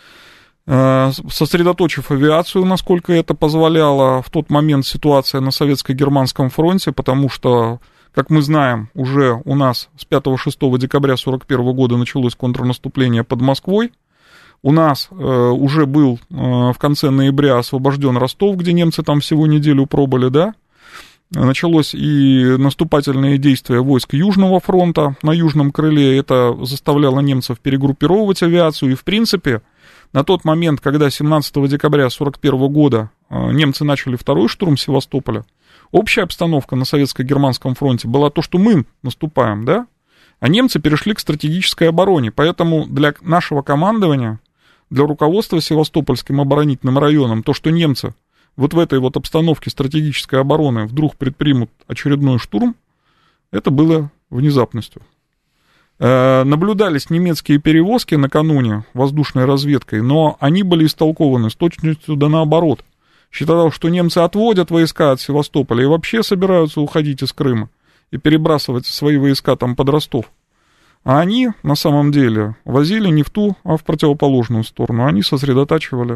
D: сосредоточив авиацию, насколько это позволяло в тот момент ситуация на Советско-Германском фронте, потому что, как мы знаем, уже у нас с 5-6 декабря 1941 года началось контрнаступление под Москвой. У нас уже был в конце ноября освобожден Ростов, где немцы там всего неделю пробыли, да. Началось и наступательные действия войск Южного фронта на Южном крыле. Это заставляло немцев перегруппировывать авиацию. И, в принципе, на тот момент, когда 17 декабря 1941 года немцы начали второй штурм Севастополя, общая обстановка на Советско-Германском фронте была то, что мы наступаем, да, а немцы перешли к стратегической обороне. Поэтому для нашего командования, для руководства Севастопольским оборонительным районом, то, что немцы вот в этой вот обстановке стратегической обороны вдруг предпримут очередной штурм, это было внезапностью. Наблюдались немецкие перевозки накануне воздушной разведкой, но они были истолкованы с точностью да наоборот. Считалось, что немцы отводят войска от Севастополя и вообще собираются уходить из Крыма и перебрасывать свои войска там под Ростов. А они, на самом деле, возили не в ту, а в противоположную сторону. Они сосредотачивали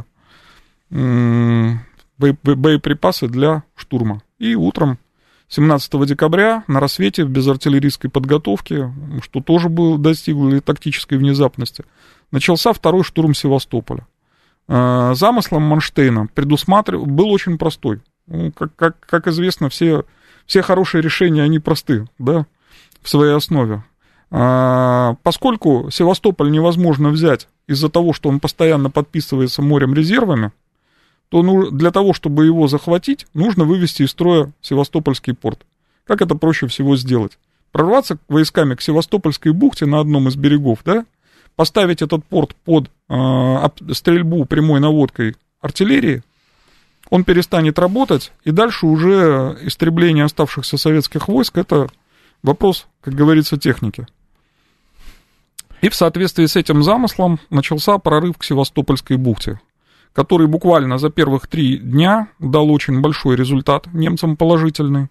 D: боеприпасы для штурма. И утром 17 декабря на рассвете в безартиллерийской подготовке, что тоже достигли тактической внезапности, начался второй штурм Севастополя. Замыслом Манштейна был очень простой. Ну, как известно, все хорошие решения, они просты, да, в своей основе. Поскольку Севастополь невозможно взять из-за того, что он постоянно подписывается морем резервами, то для того, чтобы его захватить, нужно вывести из строя Севастопольский порт. Как это проще всего сделать? Прорваться войсками к Севастопольской бухте на одном из берегов, да? Поставить этот порт под стрельбу прямой наводкой артиллерии, он перестанет работать, и дальше уже истребление оставшихся советских войск — это вопрос, как говорится, техники. И в соответствии с этим замыслом начался прорыв к Севастопольской бухте, который буквально за первых 3 дня дал очень большой результат, немцам положительный.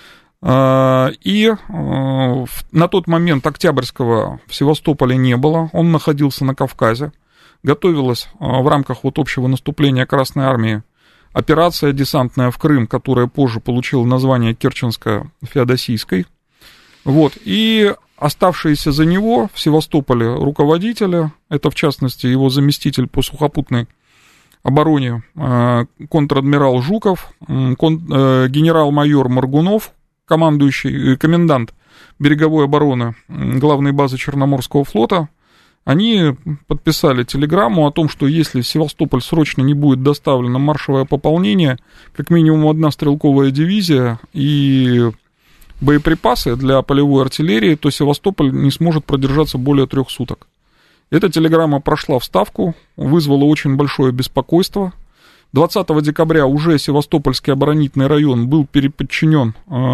D: И на тот момент Октябрьского в Севастополе не было, он находился на Кавказе. Готовилась в рамках вот общего наступления Красной Армии операция десантная в Крым, которая позже получила название Керченско-Феодосийской. Вот. И оставшиеся за него в Севастополе руководители, это в частности его заместитель по сухопутной обороне контр-адмирал Жуков, генерал-майор Моргунов, комендант береговой обороны главной базы Черноморского флота, они подписали телеграмму о том, что если в Севастополь срочно не будет доставлено маршевое пополнение, как минимум 1 стрелковая дивизия и боеприпасы для полевой артиллерии, то Севастополь не сможет продержаться более 3 суток. Эта телеграмма прошла в Ставку, вызвала очень большое беспокойство. 20 декабря уже Севастопольский оборонительный район был переподчинен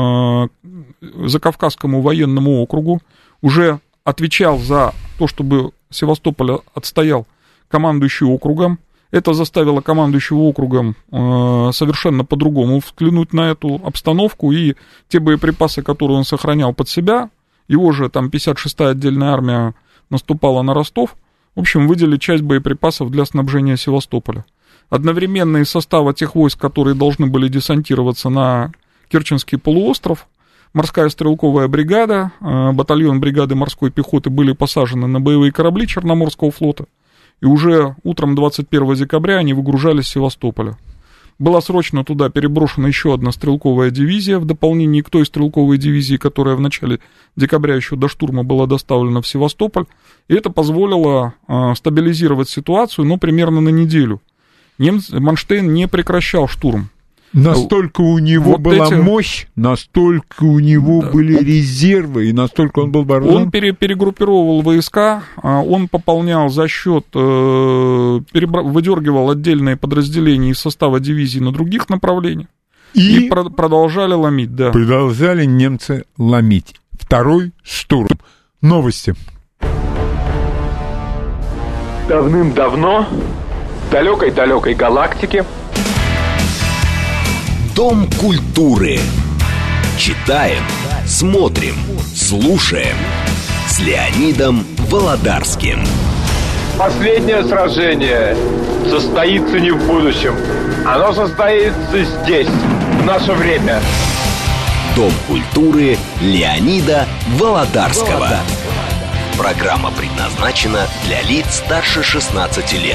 D: Закавказскому военному округу, уже отвечал за то, чтобы Севастополь отстоял командующий округом. Это заставило командующего округом совершенно по-другому взглянуть на эту обстановку, и те боеприпасы, которые он сохранял под себя, его же там 56-я отдельная армия наступала на Ростов, в общем, выделили часть боеприпасов для снабжения Севастополя. Одновременно из состава тех войск, которые должны были десантироваться на Керченский полуостров, морская стрелковая бригада, батальон бригады морской пехоты были посажены на боевые корабли Черноморского флота, и уже утром 21 декабря они выгружались с Севастополя. Была срочно туда переброшена еще 1 стрелковая дивизия в дополнение к той стрелковой дивизии, которая в начале декабря еще до штурма была доставлена в Севастополь, и это позволило стабилизировать ситуацию, но примерно на неделю. Манштейн не прекращал штурм.
C: Настолько у него была мощь, настолько у него были резервы, и настолько он был вооружен.
D: Он перегруппировал войска, он пополнял за счет, выдергивал отдельные подразделения из состава дивизии на других направлениях. И продолжали ломить, да.
C: Продолжали немцы ломить. Второй штурм. Новости.
A: Давным-давно, в далекой-далекой галактике,
B: Дом культуры. Читаем, смотрим, слушаем с Леонидом Володарским.
A: последнее сражение состоится не в будущем. Оно состоится здесь, в наше время.
B: Дом культуры Леонида Володарского. Программа предназначена для лиц старше 16 лет.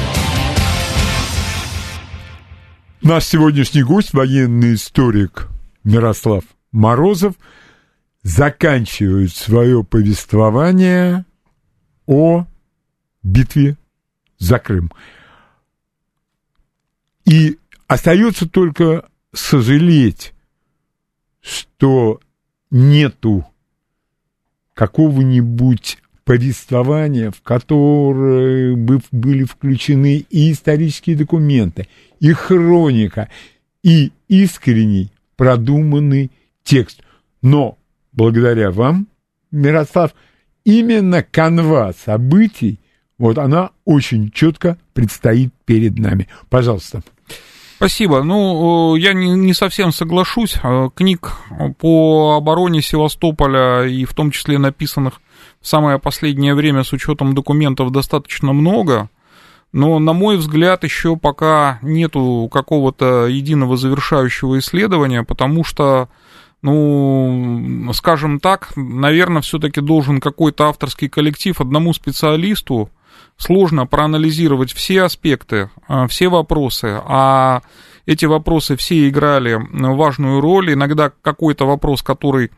C: Наш сегодняшний гость, военный историк Мирослав Морозов, заканчивает свое повествование о битве за Крым. И остается только сожалеть, что нету какого-нибудь повествования, в которое бы были включены и исторические документы, и хроника, и искренний продуманный текст. Но благодаря вам, Мирослав, именно канва событий, вот она очень четко предстоит перед нами. Пожалуйста.
D: Спасибо. Ну, я не совсем соглашусь. Книг по обороне Севастополя, и в том числе написанных в самое последнее время с учетом документов, достаточно много. Но, на мой взгляд, еще пока нету какого-то единого завершающего исследования, потому что, ну, скажем так, наверное, все-таки должен какой-то авторский коллектив одному специалисту. Сложно проанализировать все аспекты, все вопросы, а эти вопросы все играли важную роль. Иногда какой-то вопрос, который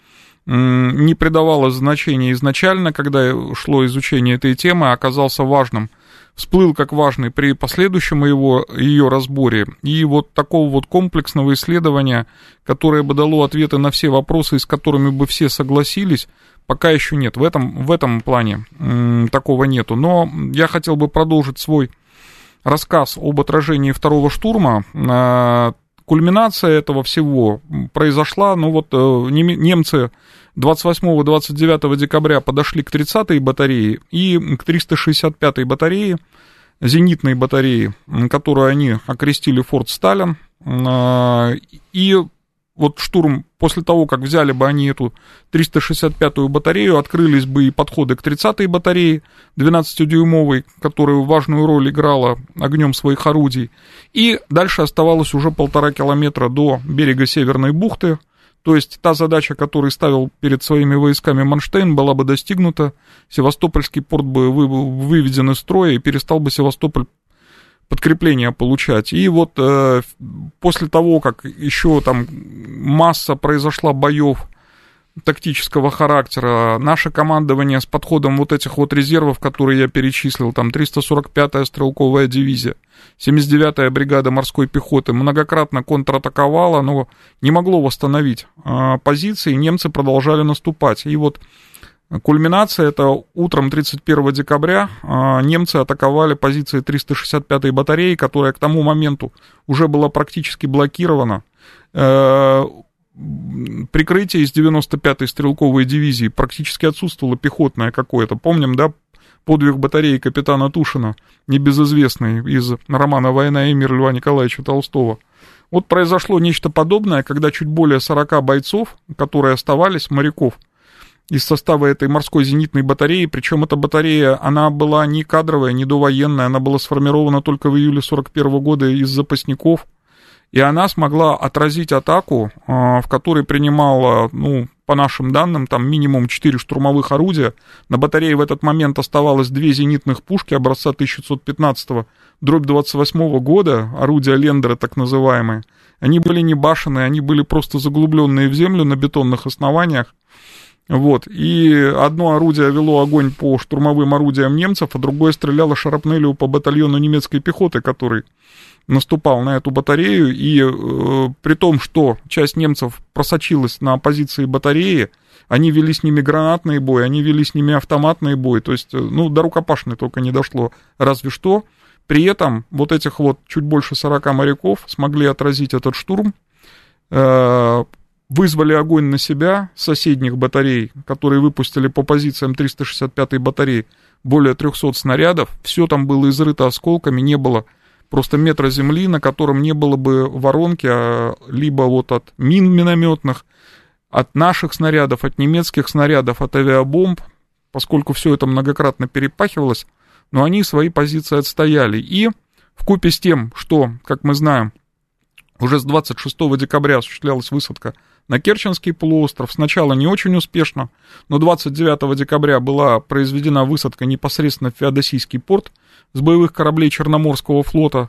D: не придавалось значения изначально, когда шло изучение этой темы, оказался важным всплыл как важный при последующем ее разборе. И вот такого вот комплексного исследования, которое бы дало ответы на все вопросы, с которыми бы все согласились, пока еще нет. В этом плане такого нету. Но я хотел бы продолжить свой рассказ об отражении второго штурма. Кульминация этого всего произошла, немцы 28-29 декабря подошли к 30-й батарее и к 365-й батарее, зенитной батареи, которую они окрестили Форт Сталин. И вот штурм, после того, как взяли бы они эту 365-ю батарею, открылись бы и подходы к 30-й батарее, 12-дюймовой, которая важную роль играла огнем своих орудий. И дальше оставалось уже 1,5 километра до берега Северной бухты. То есть та задача, которую ставил перед своими войсками Манштейн, была бы достигнута, Севастопольский порт бы выведен из строя, и перестал бы Севастополь подкрепления получать. И вот после того, как еще там масса произошла боев тактического характера, наше командование с подходом вот этих вот резервов, которые я перечислил, там 345-я стрелковая дивизия, 79-я бригада морской пехоты, многократно контратаковала, но не могло восстановить позиции, немцы продолжали наступать. И вот кульминация — это утром 31 декабря немцы атаковали позиции 365-й батареи, которая к тому моменту уже была практически блокирована. Прикрытие из 95-й стрелковой дивизии практически отсутствовало, пехотное какое-то. Помним, да, подвиг батареи капитана Тушина, небезызвестный, из романа «Война и мир» Льва Николаевича Толстого. Вот произошло нечто подобное, когда чуть более 40 бойцов, которые оставались, моряков, из состава этой морской зенитной батареи, причем эта батарея, она была не кадровая, не довоенная, она была сформирована только в июле 1941 года из запасников, и она смогла отразить атаку, в которой принимала, по нашим данным, там минимум 4 штурмовых орудия. На батарее в этот момент оставалось 2 зенитных пушки образца 1915-28 года, орудия Лендера так называемые. Они были не башенные, они были просто заглубленные в землю на бетонных основаниях. Вот, и одно орудие вело огонь по штурмовым орудиям немцев, а другое стреляло шрапнелью по батальону немецкой пехоты, который наступал на эту батарею, и при том, что часть немцев просочилась на позиции батареи, они вели с ними гранатный бой, они вели с ними автоматный бой, то есть, до рукопашной только не дошло, разве что. При этом вот этих вот чуть больше 40 моряков смогли отразить этот штурм, вызвали огонь на себя соседних батарей, которые выпустили по позициям 365-й батареи более 300 снарядов, все там было изрыто осколками, не было просто метра земли, на котором не было бы воронки, либо вот от мин минометных, от наших снарядов, от немецких снарядов, от авиабомб, поскольку все это многократно перепахивалось, но они свои позиции отстояли. И вкупе с тем, что, как мы знаем, уже с 26 декабря осуществлялась высадка на Керченский полуостров, сначала не очень успешно, но 29 декабря была произведена высадка непосредственно в Феодосийский порт с боевых кораблей Черноморского флота,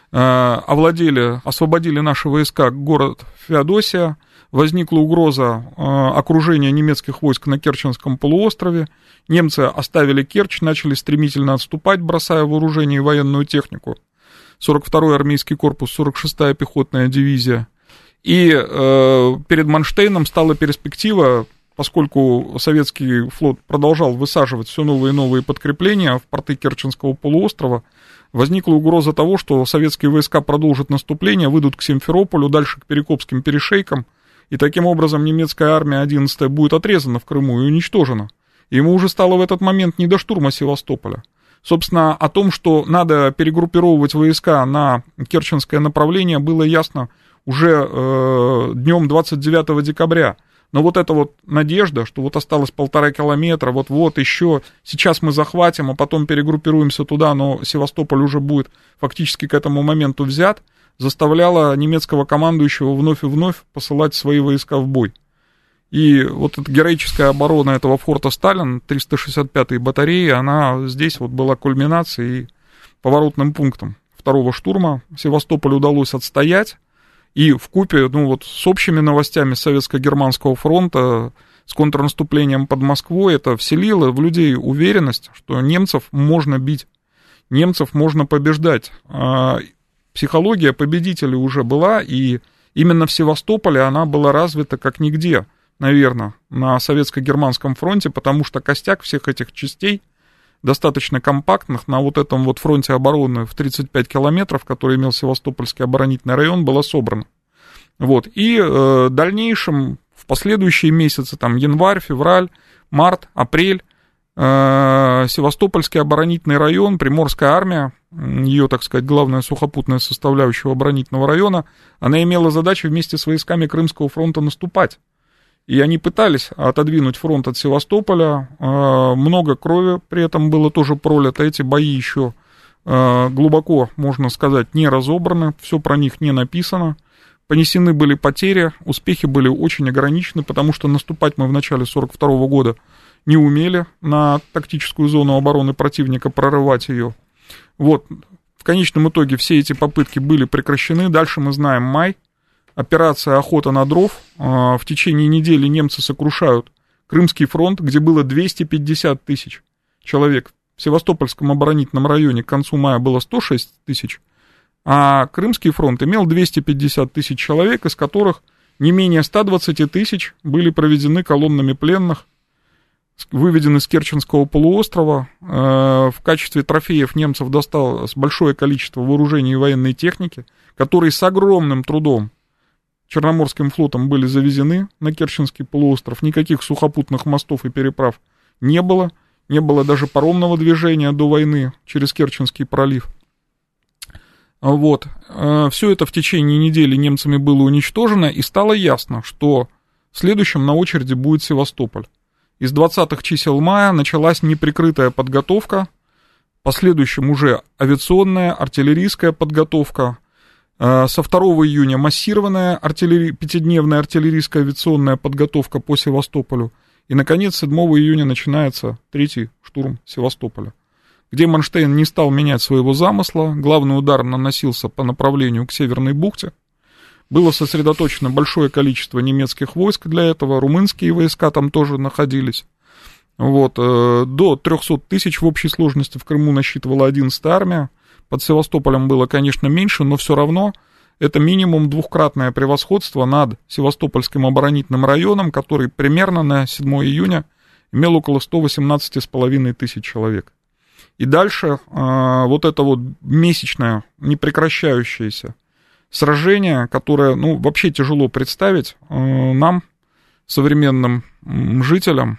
D: освободили наши войска город Феодосия, возникла угроза окружения немецких войск на Керченском полуострове, немцы оставили Керчь, начали стремительно отступать, бросая вооружение и военную технику. 42-й армейский корпус, 46-я пехотная дивизия. И перед Манштейном стала перспектива, поскольку советский флот продолжал высаживать все новые и новые подкрепления в порты Керченского полуострова, возникла угроза того, что советские войска продолжат наступление, выйдут к Симферополю, дальше к Перекопским перешейкам, и таким образом немецкая армия 11-я будет отрезана в Крыму и уничтожена. И ему уже стало в этот момент не до штурма Севастополя. Собственно, о том, что надо перегруппировывать войска на Керченское направление, было ясно уже днем 29 декабря. Но вот эта вот надежда, что вот осталось 1,5 километра, вот еще, сейчас мы захватим, а потом перегруппируемся туда, но Севастополь уже будет фактически к этому моменту взят, заставляла немецкого командующего вновь и вновь посылать свои войска в бой. И вот эта героическая оборона этого форта Сталин, 365-й батареи, она здесь вот была кульминацией и поворотным пунктом второго штурма. Севастополь удалось отстоять, и вкупе, с общими новостями Советско-Германского фронта, с контрнаступлением под Москвой, это вселило в людей уверенность, что немцев можно бить. немцев можно побеждать. Психология победителей уже была, и именно в Севастополе она была развита как нигде, наверное, на советско-германском фронте, потому что костяк всех этих частей, достаточно компактных, на вот этом вот фронте обороны в 35 километров, который имел Севастопольский оборонительный район, была собрана. Вот. И в дальнейшем, в последующие месяцы, там, январь, февраль, март, апрель, Севастопольский оборонительный район, Приморская армия, ее, так сказать, главная сухопутная составляющая оборонительного района, она имела задачу вместе с войсками Крымского фронта наступать. И они пытались отодвинуть фронт от Севастополя, много крови при этом было тоже пролито, эти бои еще глубоко, можно сказать, не разобраны, все про них не написано, понесены были потери, успехи были очень ограничены, потому что наступать мы в начале 1942 года не умели на тактическую зону обороны противника, прорывать ее. Вот, в конечном итоге все эти попытки были прекращены, дальше мы знаем май. Операция «Охота на дров». В течение недели немцы сокрушают Крымский фронт, где было 250 тысяч человек. В Севастопольском оборонительном районе к концу мая было 106 тысяч, а Крымский фронт имел 250 тысяч человек, из которых не менее 120 тысяч были проведены колоннами пленных, выведены с Керченского полуострова. В качестве трофеев немцев досталось большое количество вооружений и военной техники, которые с огромным трудом Черноморским флотом были завезены на Керченский полуостров, никаких сухопутных мостов и переправ не было даже паромного движения до войны через Керченский пролив. Вот. Все это в течение недели немцами было уничтожено, и стало ясно, что следующим на очереди будет Севастополь. Из 20-х чисел мая началась неприкрытая подготовка, в последующем уже авиационная, артиллерийская подготовка. Со 2 июня массированная пятидневная артиллерийская авиационная подготовка по Севастополю. И, наконец, 7 июня начинается третий штурм Севастополя, где Манштейн не стал менять своего замысла. Главный удар наносился по направлению к Северной бухте. Было сосредоточено большое количество немецких войск для этого, румынские войска там тоже находились. Вот, до 300 тысяч в общей сложности в Крыму насчитывала 11-я армия. Под Севастополем было, конечно, меньше, но все равно это минимум двухкратное превосходство над Севастопольским оборонительным районом, который примерно на 7 июня имел около 118,5 тысяч человек. И дальше вот это вот месячное, непрекращающееся сражение, которое, ну, вообще тяжело представить нам, современным жителям.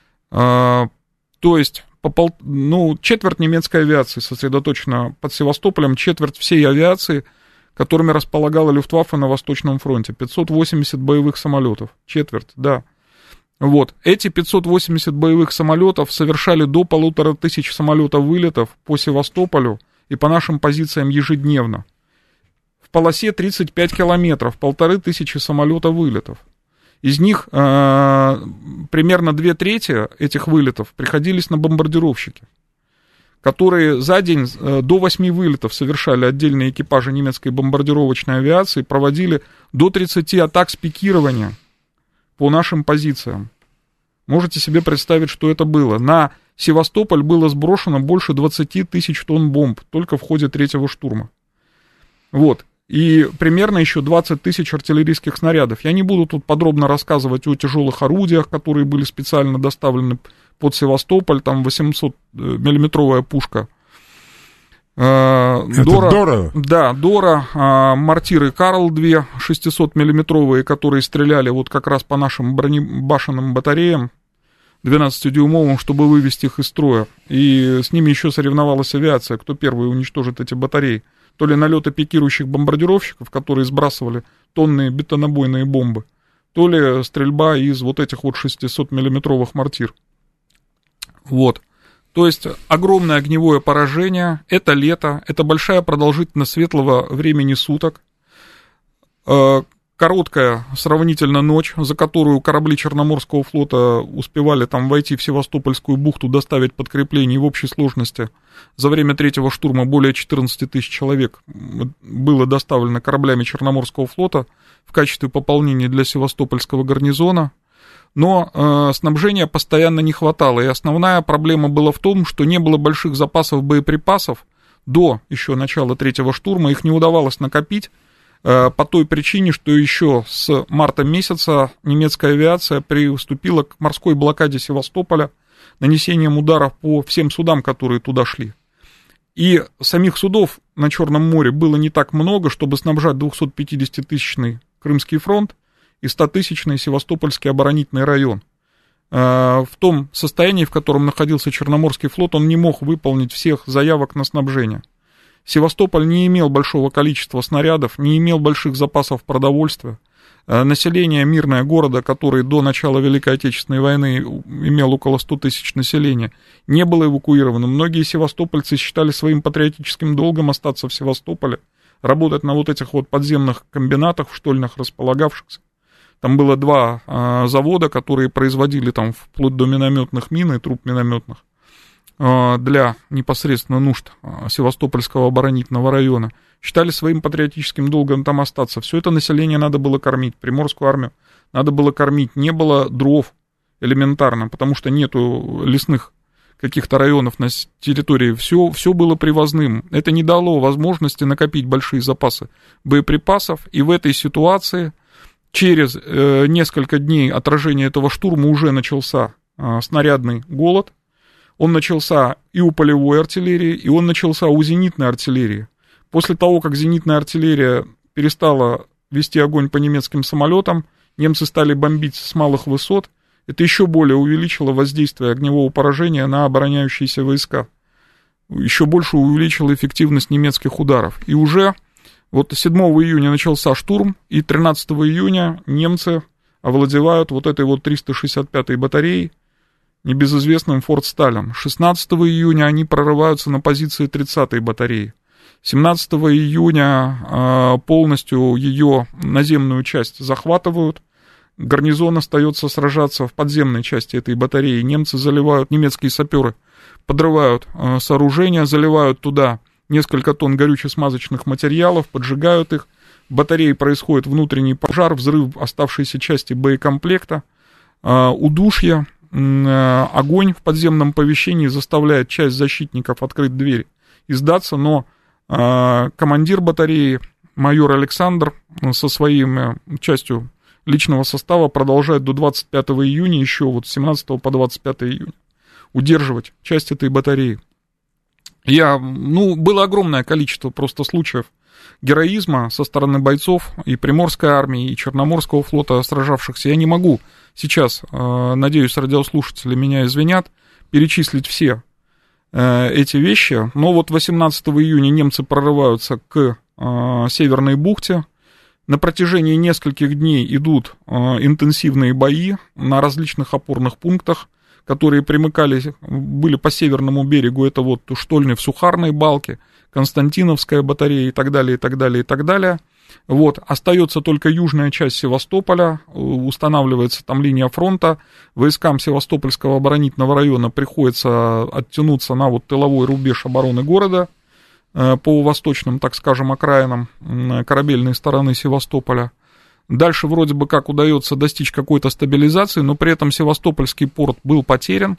D: То есть четверть немецкой авиации сосредоточена под Севастополем, четверть всей авиации, которыми располагала Люфтваффе на Восточном фронте. 580 боевых самолетов. Четверть, да. Вот. Эти 580 боевых самолетов совершали до 1500 самолетов вылетов по Севастополю и по нашим позициям ежедневно. В полосе 35 километров, 1500 самолетов вылетов. Из них примерно 2/3 этих вылетов приходились на бомбардировщики, которые за день до 8 вылетов совершали отдельные экипажи немецкой бомбардировочной авиации, проводили до 30 атак с пикирования по нашим позициям. Можете себе представить, что это было. На Севастополь было сброшено больше 20 тысяч тонн бомб только в ходе третьего штурма. Вот. И примерно еще 20 тысяч артиллерийских снарядов. Я не буду тут подробно рассказывать о тяжелых орудиях, которые были специально доставлены под Севастополь, там 800-миллиметровая пушка.
C: Это Дора?
D: Да, Дора, мортиры Карл 2, 600-миллиметровые, которые стреляли вот как раз по нашим башенным батареям 12-дюймовым, чтобы вывести их из строя. И с ними еще соревновалась авиация, кто первый уничтожит эти батареи. То ли налеты пикирующих бомбардировщиков, которые сбрасывали тонны бетонобойные бомбы, то ли стрельба из вот этих вот 600-миллиметровых мортир. Вот. То есть огромное огневое поражение, это лето, это большая продолжительность светлого времени суток, короткая сравнительно ночь, за которую корабли Черноморского флота успевали там войти в Севастопольскую бухту, доставить подкреплений, в общей сложности за время третьего штурма более 14 тысяч человек было доставлено кораблями Черноморского флота в качестве пополнения для Севастопольского гарнизона. Но снабжения постоянно не хватало, и основная проблема была в том, что не было больших запасов боеприпасов до еще начала третьего штурма, их не удавалось накопить по той причине, что еще с марта месяца немецкая авиация приступила к морской блокаде Севастополя, нанесением ударов по всем судам, которые туда шли. И самих судов на Черном море было не так много, чтобы снабжать 250-тысячный Крымский фронт и 100-тысячный Севастопольский оборонительный район. В том состоянии, в котором находился Черноморский флот, он не мог выполнить всех заявок на снабжение. Севастополь не имел большого количества снарядов, не имел больших запасов продовольствия. Население мирное города, который до начала Великой Отечественной войны имел около 100 тысяч населения, не было эвакуировано. Многие севастопольцы считали своим патриотическим долгом остаться в Севастополе, работать на вот этих вот подземных комбинатах, в штольнях располагавшихся. Там было 2 завода, которые производили там вплоть до минометных мин и труб минометных для непосредственно нужд Севастопольского оборонительного района. Считали своим патриотическим долгом там остаться. Все это население надо было кормить, Приморскую армию надо было кормить. Не было дров элементарно, потому что нету лесных каких-то районов на территории. Все было привозным. Это не дало возможности накопить большие запасы боеприпасов. И в этой ситуации через несколько дней отражения этого штурма уже начался снарядный голод. Он начался и у полевой артиллерии, и он начался у зенитной артиллерии. После того, как зенитная артиллерия перестала вести огонь по немецким самолетам, немцы стали бомбить с малых высот, это еще более увеличило воздействие огневого поражения на обороняющиеся войска. Еще больше увеличило эффективность немецких ударов. И уже вот 7 июня начался штурм, и 13 июня немцы овладевают вот этой вот 365-й батареей, небезызвестным Форт Сталин. 16 июня они прорываются на позиции 30-й батареи. 17 июня полностью ее наземную часть захватывают. Гарнизон остается сражаться в подземной части этой батареи. Немцы заливают, немецкие саперы подрывают сооружения, заливают туда несколько тонн горюче-смазочных материалов, поджигают их. В батарее происходит внутренний пожар, взрыв оставшейся части боекомплекта, удушье. Огонь в подземном помещении заставляет часть защитников открыть дверь и сдаться, но командир батареи, майор Александр, со своей частью личного состава продолжает до 25 июня, еще вот с 17 по 25 июня, удерживать часть этой батареи. Было огромное количество просто случаев героизма со стороны бойцов и Приморской армии, и Черноморского флота, сражавшихся. Я не могу сейчас, надеюсь, радиослушатели меня извинят, перечислить все эти вещи, но вот 18 июня немцы прорываются к Северной бухте. На протяжении нескольких дней идут интенсивные бои на различных опорных пунктах, которые были по северному берегу. Это вот Штольни в Сухарной Балке, Константиновская батарея и так далее, и так далее, и так далее. Вот, остается только южная часть Севастополя, устанавливается там линия фронта, войскам Севастопольского оборонительного района приходится оттянуться на вот тыловой рубеж обороны города по восточным, так скажем, окраинам корабельной стороны Севастополя. Дальше вроде бы как удается достичь какой-то стабилизации, но при этом Севастопольский порт был потерян.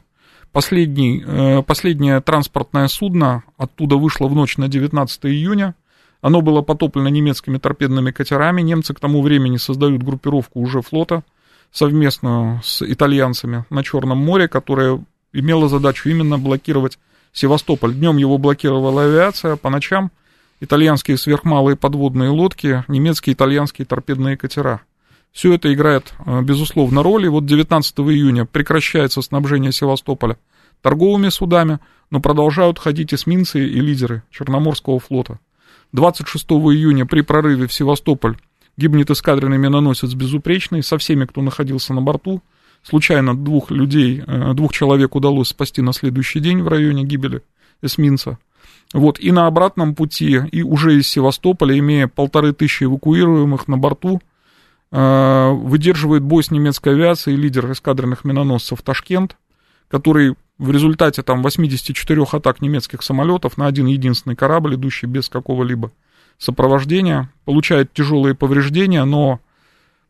D: Последнее транспортное судно оттуда вышло в ночь на 19 июня. Оно было потоплено немецкими торпедными катерами. Немцы к тому времени создают группировку уже флота совместно с итальянцами на Черном море, которая имела задачу именно блокировать Севастополь. Днем его блокировала авиация, по ночам итальянские сверхмалые подводные лодки, немецкие и итальянские торпедные катера. Все это играет, безусловно, роль. И вот 19 июня прекращается снабжение Севастополя торговыми судами, но продолжают ходить эсминцы и лидеры Черноморского флота. 26 июня при прорыве в Севастополь гибнет эскадренный миноносец «Безупречный» со всеми, кто находился на борту. Случайно 2 человек удалось спасти на следующий день в районе гибели эсминца. Вот, и на обратном пути, и уже из Севастополя, имея 1500 эвакуируемых на борту, выдерживает бой с немецкой авиацией лидер эскадренных миноносцев Ташкент, который в результате там 84 атак немецких самолетов на один единственный корабль, идущий без какого-либо сопровождения, получает тяжелые повреждения, но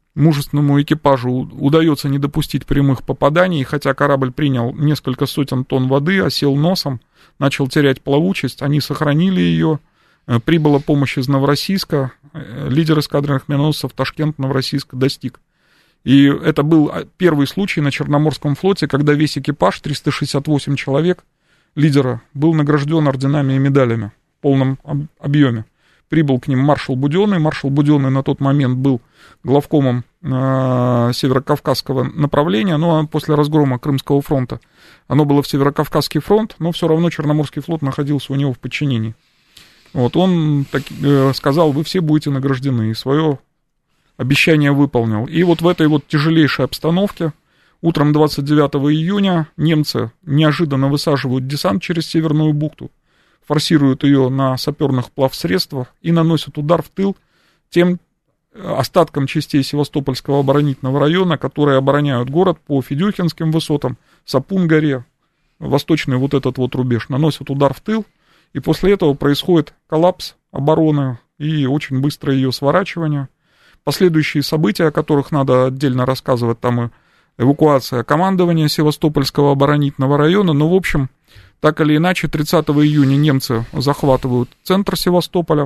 D: мужественному экипажу удается не допустить прямых попаданий, хотя корабль принял несколько сотен тонн воды, осел носом, начал терять плавучесть, они сохранили ее. Прибыла помощь из Новороссийска, лидер эскадренных миноносцев Ташкент Новороссийск достиг. И это был первый случай на Черноморском флоте, когда весь экипаж, 368 человек, лидера, был награжден орденами и медалями в полном объеме. Прибыл к ним маршал Буденный. Маршал Буденный на тот момент был главкомом Северокавказского направления, но после разгрома Крымского фронта оно было в Северокавказский фронт, но все равно Черноморский флот находился у него в подчинении. Вот он сказал: вы все будете награждены, и свое обещание выполнил. И вот в этой вот тяжелейшей обстановке утром 29 июня немцы неожиданно высаживают десант через Северную бухту, форсируют ее на саперных плавсредствах и наносят удар в тыл тем остаткам частей Севастопольского оборонительного района, которые обороняют город по Федюхинским высотам, Сапун-горе, восточный вот этот вот рубеж, наносят удар в тыл. И после этого происходит коллапс обороны и очень быстрое ее сворачивание. Последующие события, о которых надо отдельно рассказывать, там и эвакуация командования Севастопольского оборонительного района. Но, в общем, так или иначе, 30 июня немцы захватывают центр Севастополя.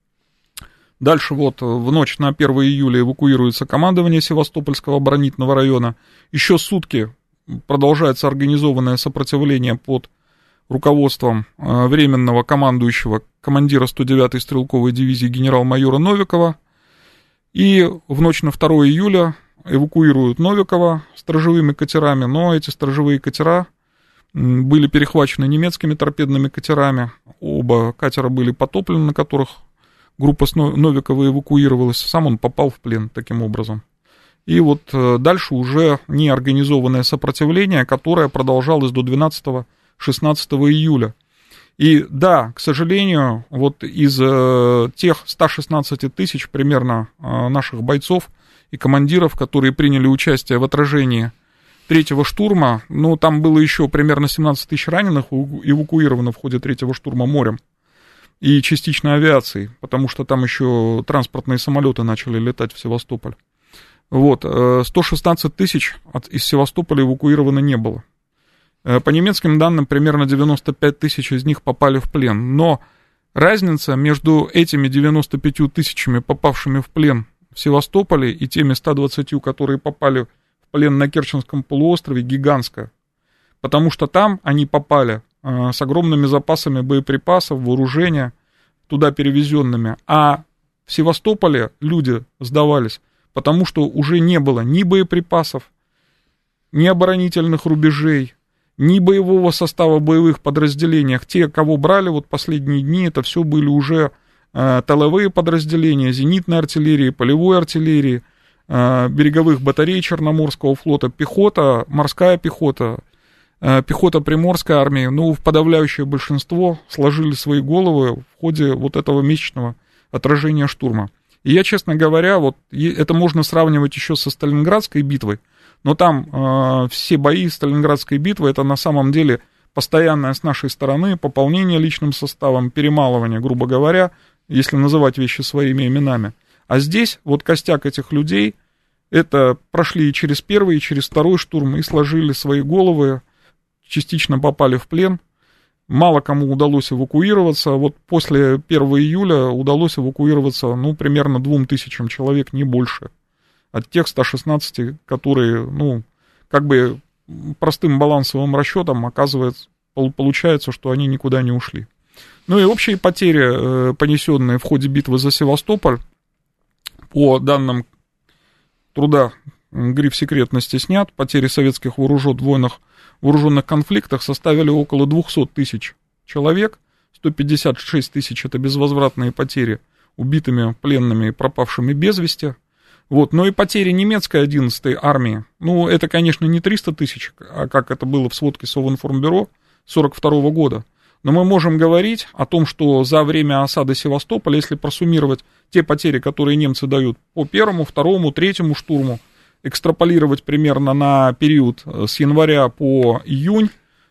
D: Дальше вот в ночь на 1 июля эвакуируется командование Севастопольского оборонительного района. Еще сутки продолжается организованное сопротивление под руководством временного командующего командира 109-й стрелковой дивизии генерал-майора Новикова. И в ночь на 2 июля эвакуируют Новикова сторожевыми катерами, но эти сторожевые катера были перехвачены немецкими торпедными катерами. Оба катера были потоплены, на которых группа Новикова эвакуировалась. Сам он попал в плен таким образом. И вот дальше уже неорганизованное сопротивление, которое продолжалось до 12-16 июля. И да, к сожалению, вот из тех 116 тысяч примерно наших бойцов и командиров, которые приняли участие в отражении третьего штурма, ну, там было еще примерно 17 тысяч раненых эвакуировано в ходе третьего штурма морем и частично авиацией, потому что там еще транспортные самолеты начали летать в Севастополь. Вот, 116 тысяч из Севастополя эвакуировано не было. По немецким данным, примерно 95 тысяч из них попали в плен. Но разница между этими 95 тысячами, попавшими в плен в Севастополе, и теми 120, которые попали в плен на Керченском полуострове, гигантская. Потому что там они попали с огромными запасами боеприпасов, вооружения, туда перевезенными. А в Севастополе люди сдавались, потому что уже не было ни боеприпасов, ни оборонительных рубежей, ни боевого состава в боевых подразделениях. Те, кого брали вот последние дни, это все были уже тыловые подразделения, зенитной артиллерии, полевой артиллерии, береговых батарей Черноморского флота, пехота, морская пехота, пехота Приморской армии. Ну, в подавляющее большинство сложили свои головы в ходе вот этого месячного отражения штурма. И я, честно говоря, вот это можно сравнивать еще со Сталинградской битвой, но там все бои Сталинградской битвы, это на самом деле постоянное с нашей стороны пополнение личным составом, перемалывание, грубо говоря, если называть вещи своими именами. А здесь вот костяк этих людей, это прошли и через первый, и через второй штурм, и сложили свои головы, частично попали в плен. Мало кому удалось эвакуироваться. Вот после 1 июля удалось эвакуироваться, ну, примерно 2000 человек, не больше. От тех 116, которые, ну, как бы простым балансовым расчетом оказывается, получается, что они никуда не ушли. Ну и общие потери, понесенные в ходе битвы за Севастополь, по данным труда гриф секретности снят, потери советских вооруженных конфликтах составили около 200 тысяч человек, 156 тысяч это безвозвратные потери убитыми, пленными и пропавшими без вести. Вот. Но и потери немецкой 11-й армии, ну, это, конечно, не 300 тысяч, а как это было в сводке Совинформбюро 1942 года. Но мы можем говорить о том, что за время осады Севастополя, если просуммировать те потери, которые немцы дают по первому, второму, третьему штурму, экстраполировать примерно на период с января по июнь,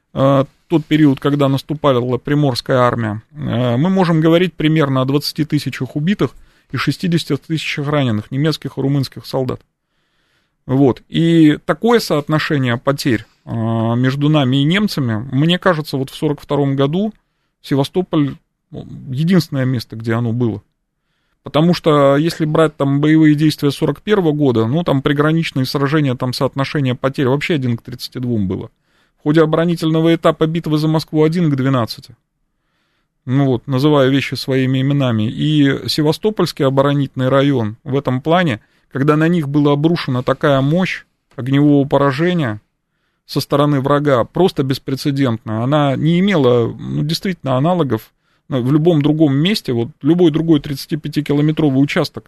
D: тот период, когда наступала Приморская армия, мы можем говорить примерно о 20 тысячах убитых и 60 тысячах раненых немецких и румынских солдат. Вот. И такое соотношение потерь между нами и немцами, мне кажется, вот в 1942 году Севастополь единственное место, где оно было. Потому что если брать там боевые действия 1941 года, ну там приграничные сражения, там соотношение потерь вообще 1 к 32 было. В ходе оборонительного этапа битвы за Москву 1 к 12. Ну вот, называя вещи своими именами. И Севастопольский оборонительный район в этом плане, когда на них была обрушена такая мощь огневого поражения со стороны врага, просто беспрецедентная, она не имела, ну, действительно, аналогов в любом другом месте. Вот любой другой 35-километровый участок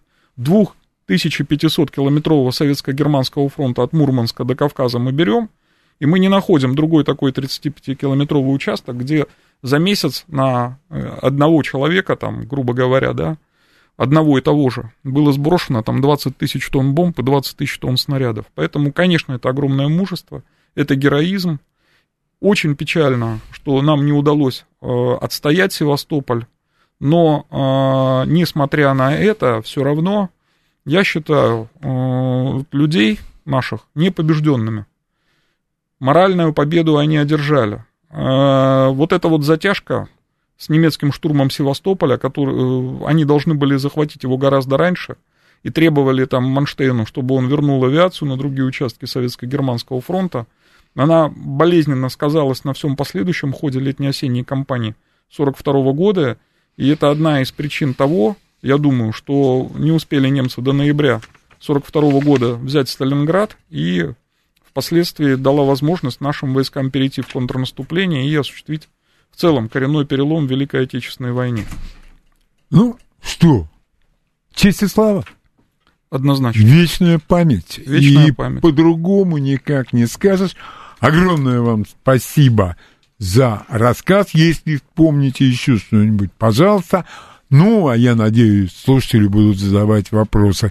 D: 2500-километрового советско-германского фронта от Мурманска до Кавказа мы берем, и мы не находим другой такой 35-километровый участок, где за месяц на одного человека, там, грубо говоря, да, одного и того же, было сброшено там 20 тысяч тонн бомб и 20 тысяч тонн снарядов. Поэтому, конечно, это огромное мужество, это героизм. Очень печально, что нам не удалось отстоять Севастополь, но, несмотря на это, все равно я считаю людей наших непобежденными. Моральную победу они одержали. Вот эта вот затяжка с немецким штурмом Севастополя, они должны были захватить его гораздо раньше, и требовали там Манштейну, чтобы он вернул авиацию на другие участки Советско-Германского фронта, она болезненно сказалась на всем последующем ходе летне-осенней кампании 1942 года, и это одна из причин того, я думаю, что не успели немцы до ноября 1942 года взять Сталинград, и впоследствии дала возможность нашим войскам перейти в контрнаступление и осуществить в целом коренной перелом в Великой Отечественной войне.
C: Ну, что? Честь и слава.
D: Однозначно.
C: Вечная память.
D: Вечная память.
C: По-другому никак не скажешь. Огромное вам спасибо за рассказ. Если помните еще что-нибудь, пожалуйста. Ну, а я надеюсь, слушатели будут задавать вопросы.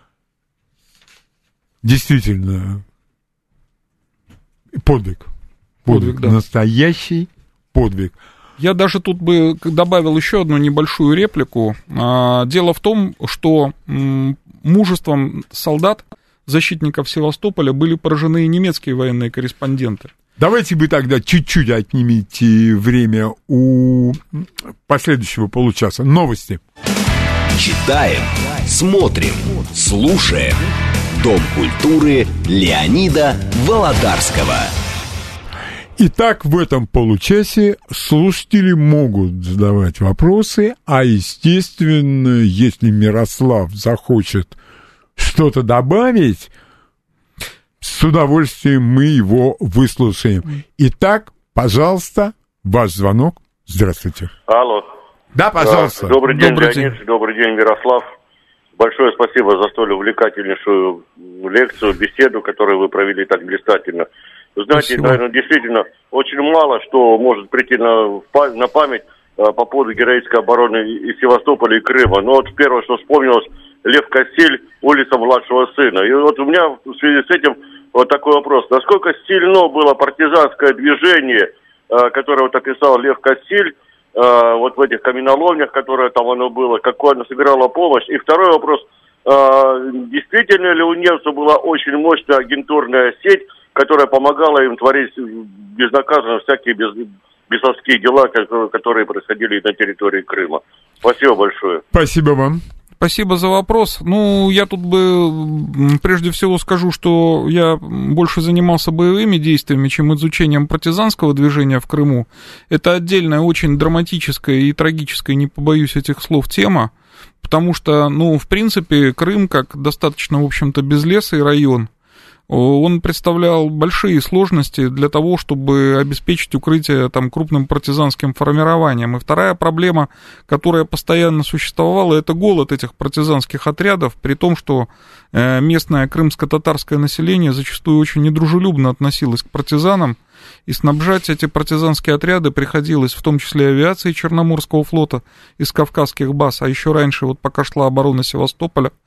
C: Действительно, подвиг. Подвиг, да. Настоящий подвиг.
D: Я даже тут бы добавил еще одну небольшую реплику. Дело в том, что мужеством солдат, защитников Севастополя, были поражены и немецкие военные корреспонденты.
C: Давайте вы тогда чуть-чуть отнимите время у последующего получаса. Новости.
B: Читаем, смотрим, слушаем. Дом культуры Леонида Володарского.
C: Итак, в этом получасе слушатели могут задавать вопросы, а, естественно, если Мирослав захочет что-то добавить, с удовольствием мы его выслушаем. Итак, пожалуйста, ваш звонок. Здравствуйте.
E: Алло.
C: Да, пожалуйста.
E: Добрый день, Леонид. Добрый день, Мирослав. Большое спасибо за столь увлекательнейшую лекцию, беседу, которую вы провели так блистательно. Вы знаете, наверное, действительно, очень мало что может прийти на память по поводу героической обороны и Севастополя, и Крыма. Но вот первое, что вспомнилось, Лев Коссель, улица младшего сына. И вот у меня в связи с этим вот такой вопрос. Насколько сильно было партизанское движение, которое вот описал Лев Коссель, вот в этих каменоломнях, которое там оно было, какое оно собирало помощь. И второй вопрос, действительно ли у немцев была очень мощная агентурная сеть, которая помогала им творить безнаказанно всякие бесовские дела, которые происходили на территории Крыма. Спасибо большое.
C: Спасибо вам.
D: Спасибо за вопрос. Ну, я тут бы прежде всего скажу, что я больше занимался боевыми действиями, чем изучением партизанского движения в Крыму. Это отдельная, очень драматическая и трагическая, не побоюсь этих слов, тема, потому что, ну, в принципе, Крым, как достаточно, в общем-то, безлесый район, он представлял большие сложности для того, чтобы обеспечить укрытие там крупным партизанским формированием. И вторая проблема, которая постоянно существовала, это голод этих партизанских отрядов, при том, что местное крымско-татарское население зачастую очень недружелюбно относилось к партизанам, и снабжать эти партизанские отряды приходилось в том числе авиацией Черноморского флота из кавказских баз, а еще раньше, вот пока шла оборона Севастополя,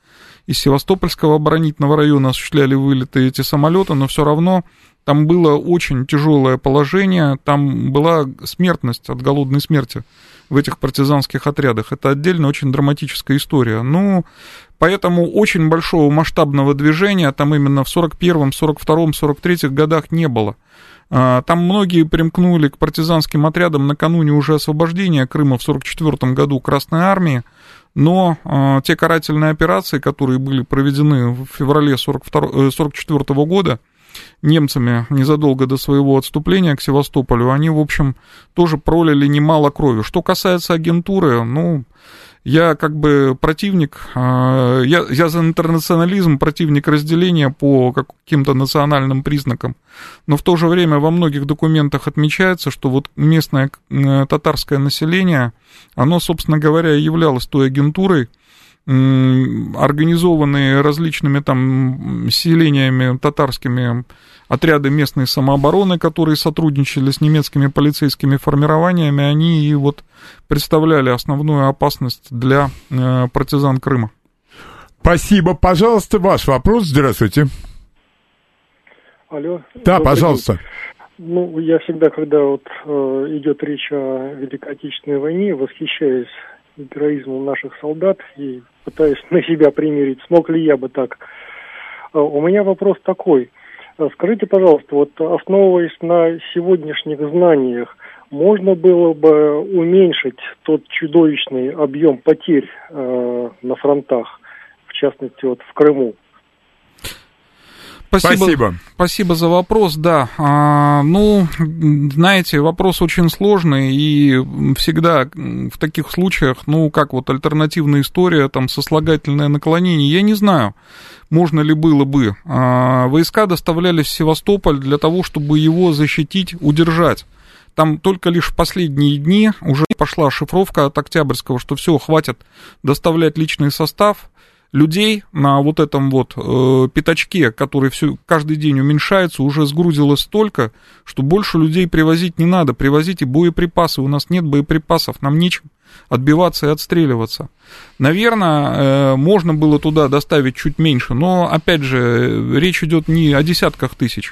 D: из Севастопольского оборонительного района осуществляли вылеты эти самолеты, но все равно там было очень тяжелое положение, там была смертность от голодной смерти в этих партизанских отрядах. Это отдельно очень драматическая история. Ну, поэтому очень большого масштабного движения там именно в 41-м, 42-м, 43-х годах не было. Там многие примкнули к партизанским отрядам накануне уже освобождения Крыма в 44-м году Красной Армии, но те карательные операции, которые были проведены в феврале 44-го года немцами незадолго до своего отступления к Севастополю, они, в общем, тоже пролили немало крови. Что касается агентуры, ну, я как бы противник, я за интернационализм, противник разделения по каким-то национальным признакам, но в то же время во многих документах отмечается, что вот местное татарское население, оно, собственно говоря, являлось той агентурой, организованные различными там селениями татарскими отряды местной самообороны, которые сотрудничали с немецкими полицейскими формированиями, они и вот представляли основную опасность для партизан Крыма.
C: Спасибо. Пожалуйста, ваш вопрос. Здравствуйте.
F: Алло.
C: Да, пожалуйста.
F: День. Ну, я всегда, когда вот идет речь о Великой Отечественной войне, восхищаюсь героизмом наших солдат и пытаюсь на себя примерить, смог ли я бы так. У меня вопрос такой. Скажите, пожалуйста, вот основываясь на сегодняшних знаниях, можно было бы уменьшить тот чудовищный объем потерь на фронтах, в частности, вот в Крыму?
D: Спасибо за вопрос, да. Ну, знаете, вопрос очень сложный, и всегда в таких случаях, ну, как вот альтернативная история, там, сослагательное наклонение, я не знаю, можно ли было бы. Войска доставлялись в Севастополь для того, чтобы его защитить, удержать. Там только лишь в последние дни уже пошла шифровка от Октябрьского, что все, хватит доставлять личный состав. Людей на вот этом вот пятачке, который каждый день уменьшается, уже сгрузилось столько, что больше людей привозить не надо. Привозите боеприпасы. У нас нет боеприпасов, нам нечем отбиваться и отстреливаться. Наверное, можно было туда доставить чуть меньше, но, опять же, речь идет не о десятках тысяч.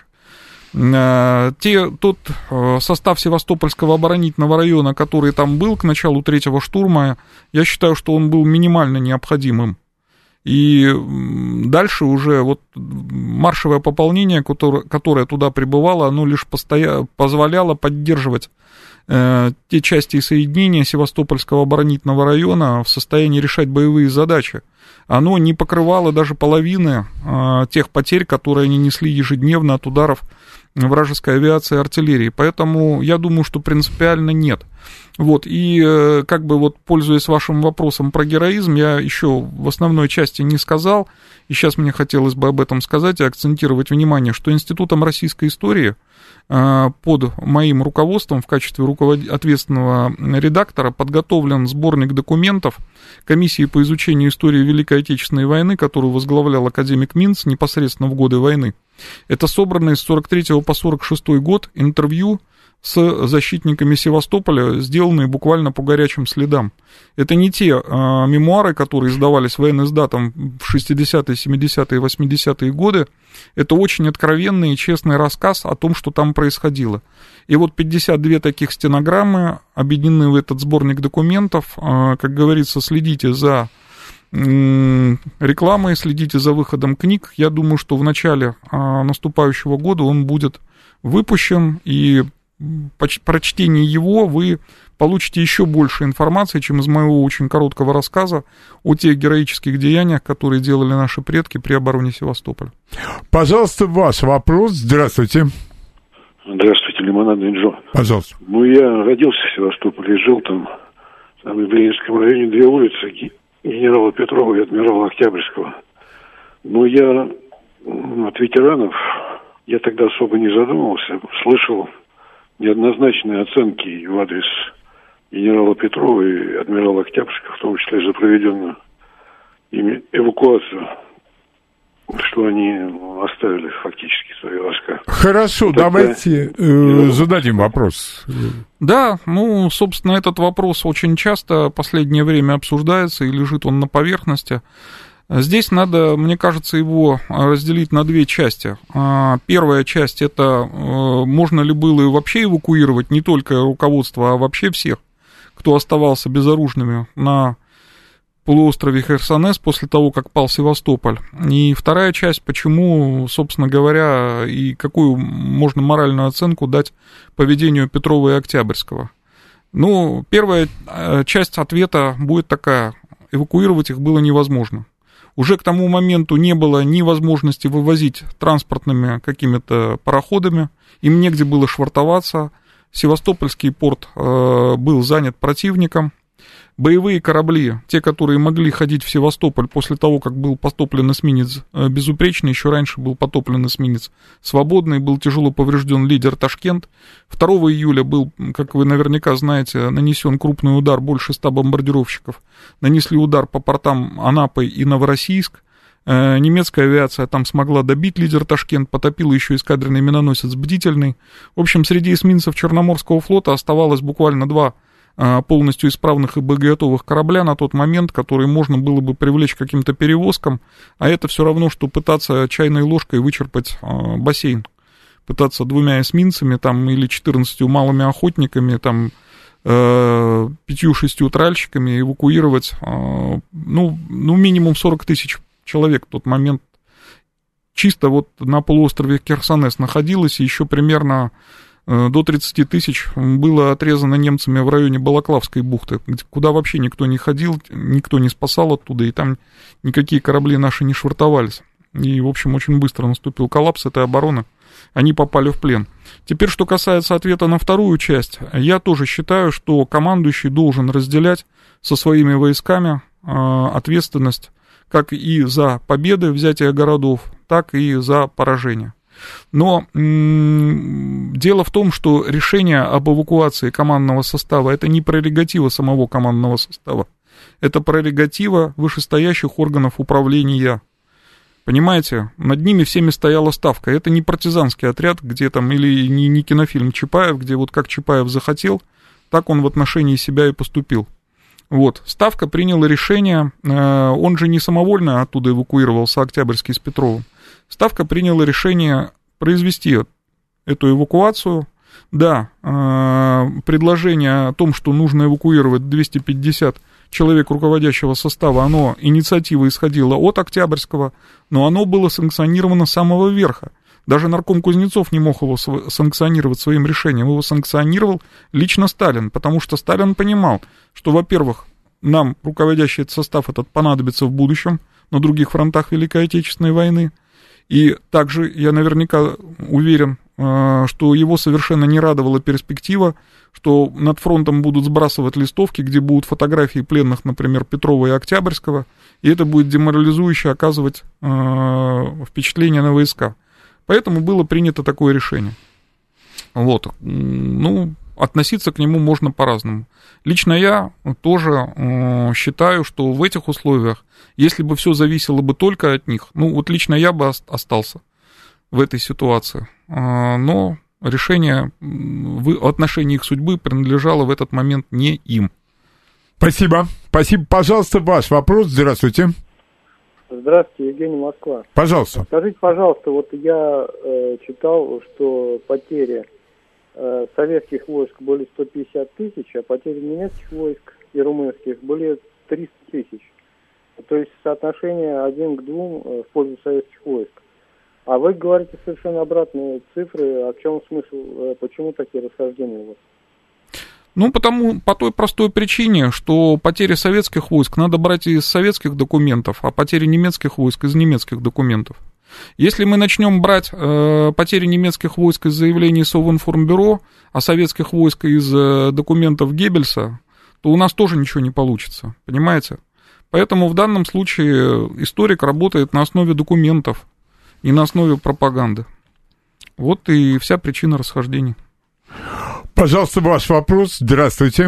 D: Тот состав Севастопольского оборонительного района, который там был к началу третьего штурма, я считаю, что он был минимально необходимым. И дальше уже вот маршевое пополнение, которое туда прибывало, оно лишь позволяло поддерживать те части и соединения Севастопольского оборонительного района в состоянии решать боевые задачи. Оно не покрывало даже половины тех потерь, которые они несли ежедневно от ударов вражеской авиации и артиллерии. Поэтому я думаю, что принципиально нет. Вот, и как бы вот, пользуясь вашим вопросом про героизм, я еще в основной части не сказал, и сейчас мне хотелось бы об этом сказать и акцентировать внимание, что Институтом российской истории под моим руководством в качестве ответственного редактора подготовлен сборник документов комиссии по изучению истории Великой Отечественной войны, которую возглавлял академик Минц непосредственно в годы войны. Это собранные с 43 по 46 год интервью с защитниками Севастополя, сделанные буквально по горячим следам. Это не те мемуары, которые издавались военноиздатом в 60-е, 70-е, 80-е годы. Это очень откровенный и честный рассказ о том, что там происходило. И вот 52 таких стенограммы объединены в этот сборник документов. Как говорится, следите за рекламой, следите за выходом книг. Я думаю, что в начале наступающего года он будет выпущен, и по прочтении его вы получите еще больше информации, чем из моего очень короткого рассказа о тех героических деяниях, которые делали наши предки при обороне Севастополя.
C: Пожалуйста, ваш вопрос. Здравствуйте.
G: Здравствуйте, Лимонадный Джо.
C: Пожалуйста.
G: Ну, я родился в Севастополе, жил там в Ленинском районе, 2 улицы, генерала Петрова и адмирала Октябрьского. Но я от ветеранов, я тогда особо не задумывался, слышал неоднозначные оценки в адрес генерала Петрова и адмирала Октябрьского, в том числе за проведенную ими эвакуацию, что они оставили фактически свои войска.
C: Хорошо, тогда давайте зададим вопрос.
D: Да, ну, собственно, этот вопрос очень часто в последнее время обсуждается, и лежит он на поверхности. Здесь надо, мне кажется, его разделить на две части. Первая часть – это можно ли было вообще эвакуировать не только руководство, а вообще всех, кто оставался безоружными на полуострове Херсонес после того, как пал Севастополь. И вторая часть, почему, собственно говоря, и какую можно моральную оценку дать поведению Петрова и Октябрьского. Ну, первая часть ответа будет такая: эвакуировать их было невозможно. Уже к тому моменту не было ни возможности вывозить транспортными какими-то пароходами, им негде было швартоваться, Севастопольский порт был занят противником. Боевые корабли, те, которые могли ходить в Севастополь после того, как был потоплен эсминец Безупречный, еще раньше был потоплен эсминец Свободный, был тяжело поврежден лидер Ташкент. 2 июля был, как вы наверняка знаете, нанесен крупный удар, больше 100 бомбардировщиков нанесли удар по портам Анапы и Новороссийск. Немецкая авиация там смогла добить лидер Ташкент, потопила еще эскадренный миноносец Бдительный. В общем, среди эсминцев Черноморского флота оставалось буквально 2 полностью исправных и боеготовых корабля на тот момент, которые можно было бы привлечь к каким-то перевозкам, а это все равно, что пытаться чайной ложкой вычерпать бассейн, пытаться 2 эсминцами там, или 14 малыми охотниками, там, 5-6 тральщиками эвакуировать, ну, минимум 40 тысяч человек в тот момент чисто вот на полуострове Херсонес находилось, и еще примерно до 30 тысяч было отрезано немцами в районе Балаклавской бухты, куда вообще никто не ходил, никто не спасал оттуда, и там никакие корабли наши не швартовались. И, в общем, очень быстро наступил коллапс этой обороны, они попали в плен. Теперь, что касается ответа на вторую часть, я тоже считаю, что командующий должен разделять со своими войсками ответственность как и за победы, взятие городов, так и за поражение. Но дело в том, что решение об эвакуации командного состава — это не прерогатива самого командного состава, это прерогатива вышестоящих органов управления. Понимаете, над ними всеми стояла ставка. Это не партизанский отряд, где там, или не кинофильм Чапаев, где вот как Чапаев захотел, так он в отношении себя и поступил. Вот, Ставка приняла решение, он же не самовольно оттуда эвакуировался, Октябрьский с Петровым. Ставка приняла решение произвести эту эвакуацию. Да, предложение о том, что нужно эвакуировать 250 человек руководящего состава, оно, инициатива исходила от Октябрьского, но оно было санкционировано с самого верха. Даже нарком Кузнецов не мог его санкционировать своим решением, его санкционировал лично Сталин, потому что Сталин понимал, что, во-первых, нам руководящий состав этот понадобится в будущем на других фронтах Великой Отечественной войны, и также я наверняка уверен, что его совершенно не радовала перспектива, что над фронтом будут сбрасывать листовки, где будут фотографии пленных, например, Петрова и Октябрьского, и это будет деморализующе оказывать впечатление на войска. Поэтому было принято такое решение. Вот. Ну, относиться к нему можно по-разному. Лично я тоже считаю, что в этих условиях, если бы все зависело бы только от них, ну, вот лично я бы остался в этой ситуации. Но решение в отношении их судьбы принадлежало в этот момент не им.
C: Спасибо. Спасибо. Пожалуйста, ваш вопрос. Здравствуйте.
F: Здравствуйте, Евгений, Москва.
C: Пожалуйста.
F: Скажите, пожалуйста, вот я читал, что потери советских войск были 150 тысяч, а потери немецких войск и румынских были 300 тысяч. То есть соотношение 1 к 2 в пользу советских войск. А вы говорите совершенно обратные цифры. А в чем смысл? Почему такие расхождения у вас?
D: Ну, по той простой причине, что потери советских войск надо брать из советских документов, а потери немецких войск из немецких документов. Если мы начнем брать потери немецких войск из заявлений Совинформбюро, а советских войск из документов Геббельса, то у нас тоже ничего не получится, понимаете? Поэтому в данном случае историк работает на основе документов, не на основе пропаганды. Вот и вся причина расхождений.
C: Пожалуйста, ваш вопрос. Здравствуйте.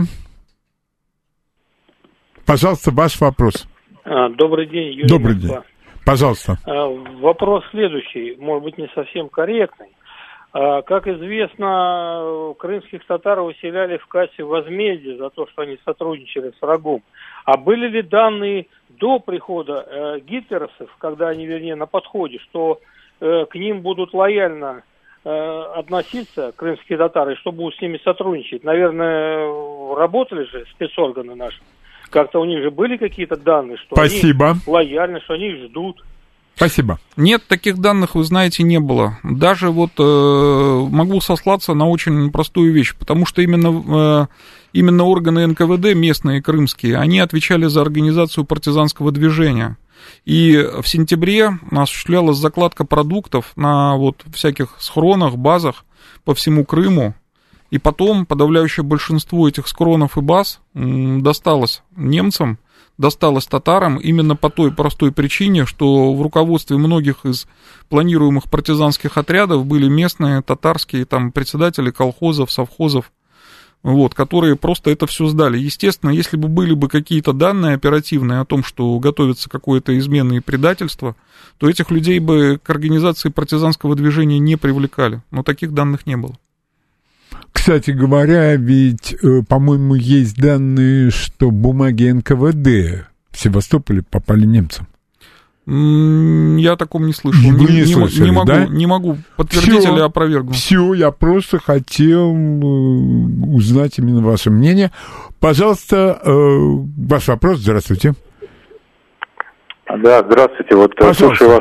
C: Пожалуйста, ваш вопрос.
H: Добрый день, Юрий.
C: Добрый день. Пожалуйста.
H: Вопрос следующий, может быть, не совсем корректный. Как известно, крымских татар выселяли в качестве возмездия за то, что они сотрудничали с врагом. А были ли данные до прихода гитлеровцев, когда они, вернее, на подходе, что к ним будут лояльно относиться крымские татары, и что будут с ними сотрудничать? Наверное, работали же спецорганы наши. Как-то у них же были какие-то данные, что
C: Спасибо.
H: они лояльны, что они их ждут.
C: Спасибо.
D: Нет, таких данных, вы знаете, не было. Даже вот могу сослаться на очень простую вещь, потому что именно органы НКВД, местные крымские, они отвечали за организацию партизанского движения. И в сентябре осуществлялась закладка продуктов на вот всяких схронах, базах по всему Крыму. И потом подавляющее большинство этих схронов и баз досталось немцам, досталось татарам именно по той простой причине, что в руководстве многих из планируемых партизанских отрядов были местные татарские там председатели колхозов, совхозов, вот, которые просто это все сдали. Естественно, если бы были бы какие-то данные оперативные о том, что готовится какое-то измена и предательство, то этих людей бы к организации партизанского движения не привлекали. Но таких данных не было.
C: Кстати говоря, ведь, по-моему, есть данные, что бумаги НКВД в Севастополе попали немцам.
D: Я о таком не слышал. Не могу подтвердить или опровергнуть.
C: Все, я просто хотел узнать именно ваше мнение. Пожалуйста, ваш вопрос. Здравствуйте.
I: Да, здравствуйте. Вот слушаю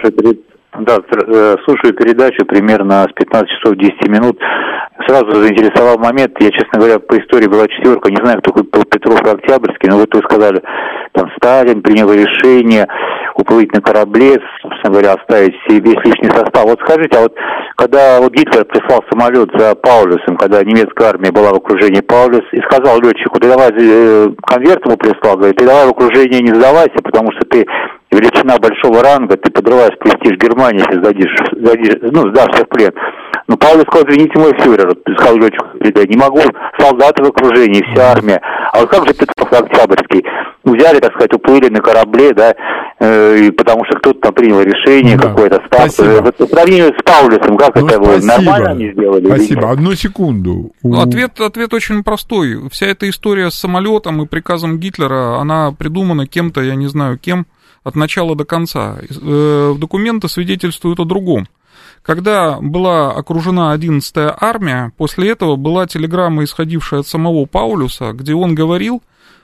I: передачу примерно с 15 часов 10 минут. Сразу заинтересовал момент. Я, честно говоря, по истории была четверка. Не знаю, кто был Петров и Октябрьский, но вот вы сказали, там Сталин принял решение уплыть на корабле, собственно говоря, оставить весь лишний состав. Вот скажите, а вот когда вот Гитлер прислал самолет за Паулюсом, когда немецкая армия была в окружении Паулюса, и сказал летчику, ты давай конверт ему прислал, говорит, ты давай в окружение не сдавайся, потому что ты величина большого ранга, ты подрываешь престиж Германии, если сдашься в плен. Ну, Паулюс сказал, извините, мой фюрер, сказал летчику, не могу, солдаты в окружении, вся армия. А вот как же Петров и Октябрьский? Взяли, так сказать, уплыли на корабле, да, потому что кто-то там принял решение, какое-то ставку. Вот по сравнению с Паулюсом, как это было? Нормально они сделали?
C: Спасибо. Одну секунду.
D: Ответ очень простой. Вся эта история с самолетом и приказом Гитлера, она придумана кем-то, я не знаю кем, от начала до конца. Документы свидетельствуют о другом. Когда была окружена 11-я армия, после этого была телеграмма, исходившая от самого Паулюса, где он говорил,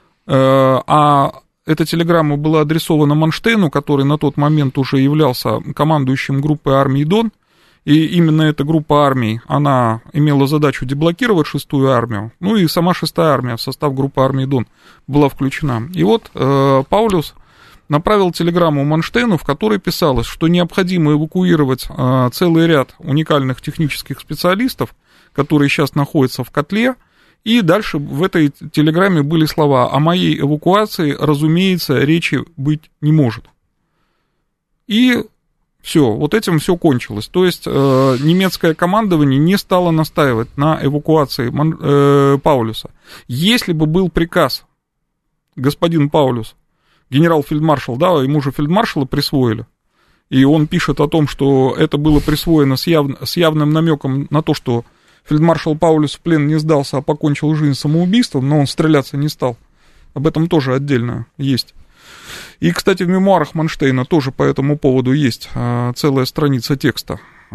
D: а эта телеграмма была адресована Манштейну, который на тот момент уже являлся командующим группой армий Дон, и именно эта группа армий, она имела задачу деблокировать 6-ю армию, ну и сама 6-я армия в состав группы армий Дон была включена. И вот Паулюс направил телеграмму Манштейну, в которой писалось, что необходимо эвакуировать целый ряд уникальных технических специалистов, которые сейчас находятся в котле, и дальше в этой телеграмме были слова: о моей эвакуации, разумеется, речи быть не может. И все, вот этим все кончилось. То есть немецкое командование не стало настаивать на эвакуации Паулюса. Если бы был приказ, господин Паулюс, генерал-фельдмаршал, да, ему же фельдмаршала присвоили, и он пишет о том, что это было присвоено с явным намеком на то, что фельдмаршал Паулюс в плен не сдался, а покончил жизнь самоубийством, но он стреляться не стал. Об этом тоже отдельно есть. И, кстати, в мемуарах Манштейна тоже по этому поводу есть целая страница текста,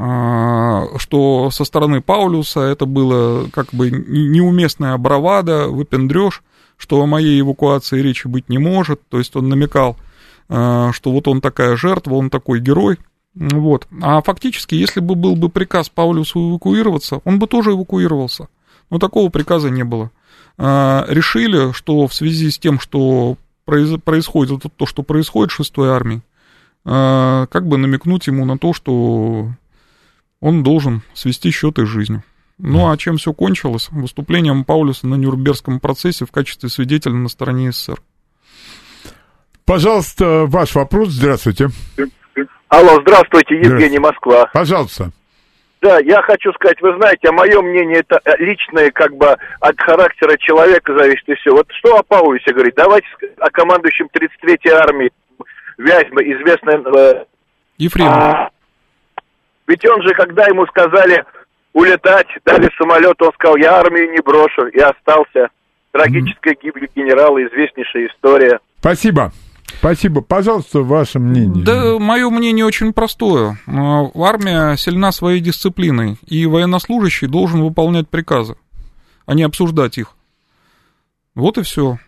D: что со стороны Паулюса это было как бы неуместная бравада, выпендрёж, что о моей эвакуации речи быть не может, то есть он намекал, что вот он такая жертва, он такой герой, вот. А фактически, если бы был бы приказ Паулюсу эвакуироваться, он бы тоже эвакуировался, но такого приказа не было. Решили, что в связи с тем, что происходит то, что происходит в 6-й армии, как бы намекнуть ему на то, что он должен свести счеты с жизнью. Ну, а чем все кончилось? Выступлением Паулюса на Нюрнбергском процессе в качестве свидетеля на стороне СССР.
C: Пожалуйста, ваш вопрос. Здравствуйте.
J: Алло, здравствуйте, Евгений, Москва.
C: Пожалуйста.
J: Да, я хочу сказать, вы знаете, мое мнение, это личное, как бы, от характера человека зависит и все. Вот что о Паулюсе говорить? Давайте о командующем 33-й армией Вязьмы, известной...
D: Ефремов.
J: Ведь он же, когда ему сказали... улетать, дали самолет, он сказал, я армию не брошу, и остался. Трагическая гибель генерала, известнейшая история.
C: Спасибо. Спасибо. Пожалуйста, ваше мнение.
D: Да, мое мнение очень простое. Армия сильна своей дисциплиной, и военнослужащий должен выполнять приказы, а не обсуждать их. Вот и все.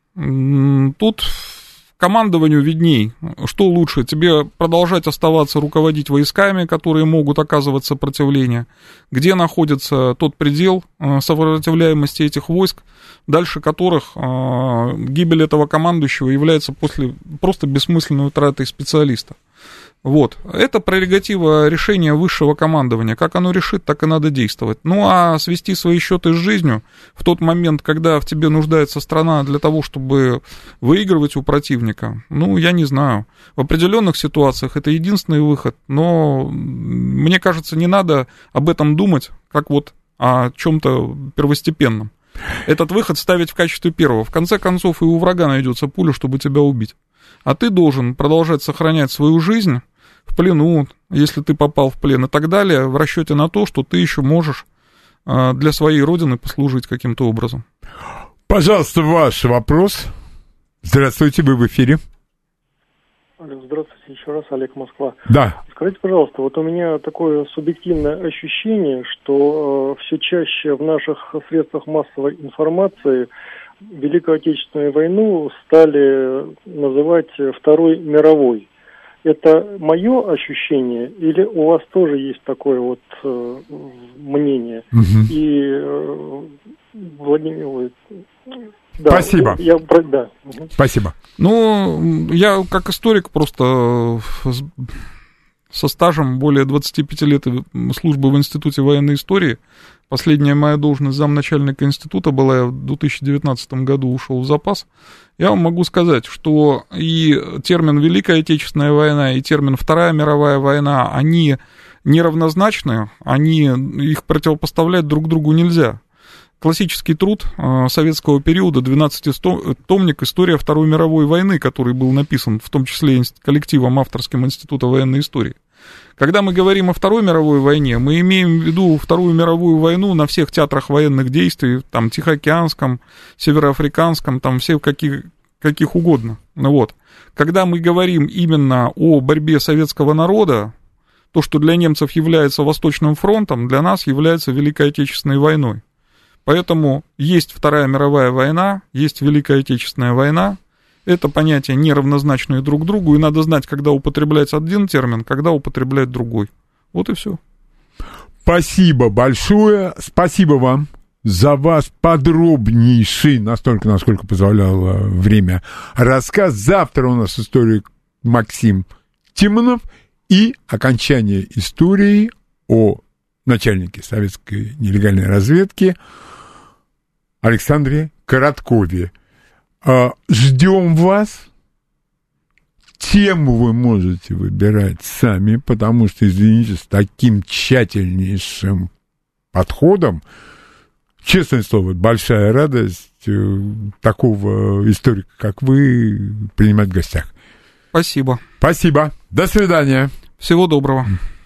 D: Тут командованию видней, что лучше, тебе продолжать оставаться руководить войсками, которые могут оказывать сопротивление, где находится тот предел сопротивляемости этих войск, дальше которых гибель этого командующего является просто бессмысленной утратой специалиста. Вот. Это прерогатива решения высшего командования. Как оно решит, так и надо действовать. Ну, а свести свои счеты с жизнью в тот момент, когда в тебе нуждается страна для того, чтобы выигрывать у противника, ну, я не знаю. В определенных ситуациях это единственный выход, но мне кажется, не надо об этом думать, как вот о чем-то первостепенном. Этот выход ставить в качестве первого. В конце концов, и у врага найдется пуля, чтобы тебя убить. А ты должен продолжать сохранять свою жизнь в плену, если ты попал в плен и так далее, в расчете на то, что ты еще можешь для своей родины послужить каким-то образом.
C: Пожалуйста, ваш вопрос. Здравствуйте, вы в эфире.
F: Здравствуйте еще раз, Олег, Москва.
C: Да.
F: Скажите, пожалуйста, вот у меня такое субъективное ощущение, что все чаще в наших средствах массовой информации Великую Отечественную войну стали называть Второй мировой. Это мое ощущение или у вас тоже есть такое вот мнение?
C: Угу.
F: И Владимир... Да,
C: спасибо.
F: Да.
C: Спасибо.
D: Ну, я как историк просто со стажем более 25 лет службы в Институте военной истории. Последняя моя должность замначальника института была, я в 2019 году ушел в запас. Я вам могу сказать, что и термин Великая Отечественная война, и термин Вторая мировая война, они неравнозначны, их противопоставлять друг другу нельзя. Классический труд советского периода, 12-томник «История Второй мировой войны», который был написан в том числе коллективом авторским Института военной истории. Когда мы говорим о Второй мировой войне, мы имеем в виду Вторую мировую войну на всех театрах военных действий, там, Тихоокеанском, Североафриканском, там, все каких угодно. Вот. Когда мы говорим именно о борьбе советского народа, то, что для немцев является Восточным фронтом, для нас является Великой Отечественной войной. Поэтому есть Вторая мировая война, есть Великая Отечественная война. Это понятия неравнозначные друг другу, и надо знать, когда употреблять один термин, когда употреблять другой. Вот и все.
C: Спасибо большое. Спасибо вам за ваш подробнейший, настолько, насколько позволяло время, рассказ. Завтра у нас историк Максим Тимонов и окончание истории о начальнике советской нелегальной разведки Александре Короткове. Ждем вас. Тему вы можете выбирать сами, потому что, извините, с таким тщательнейшим подходом, честное слово, большая радость такого историка, как вы, принимать в гостях.
D: Спасибо.
C: Спасибо. До свидания.
D: Всего доброго.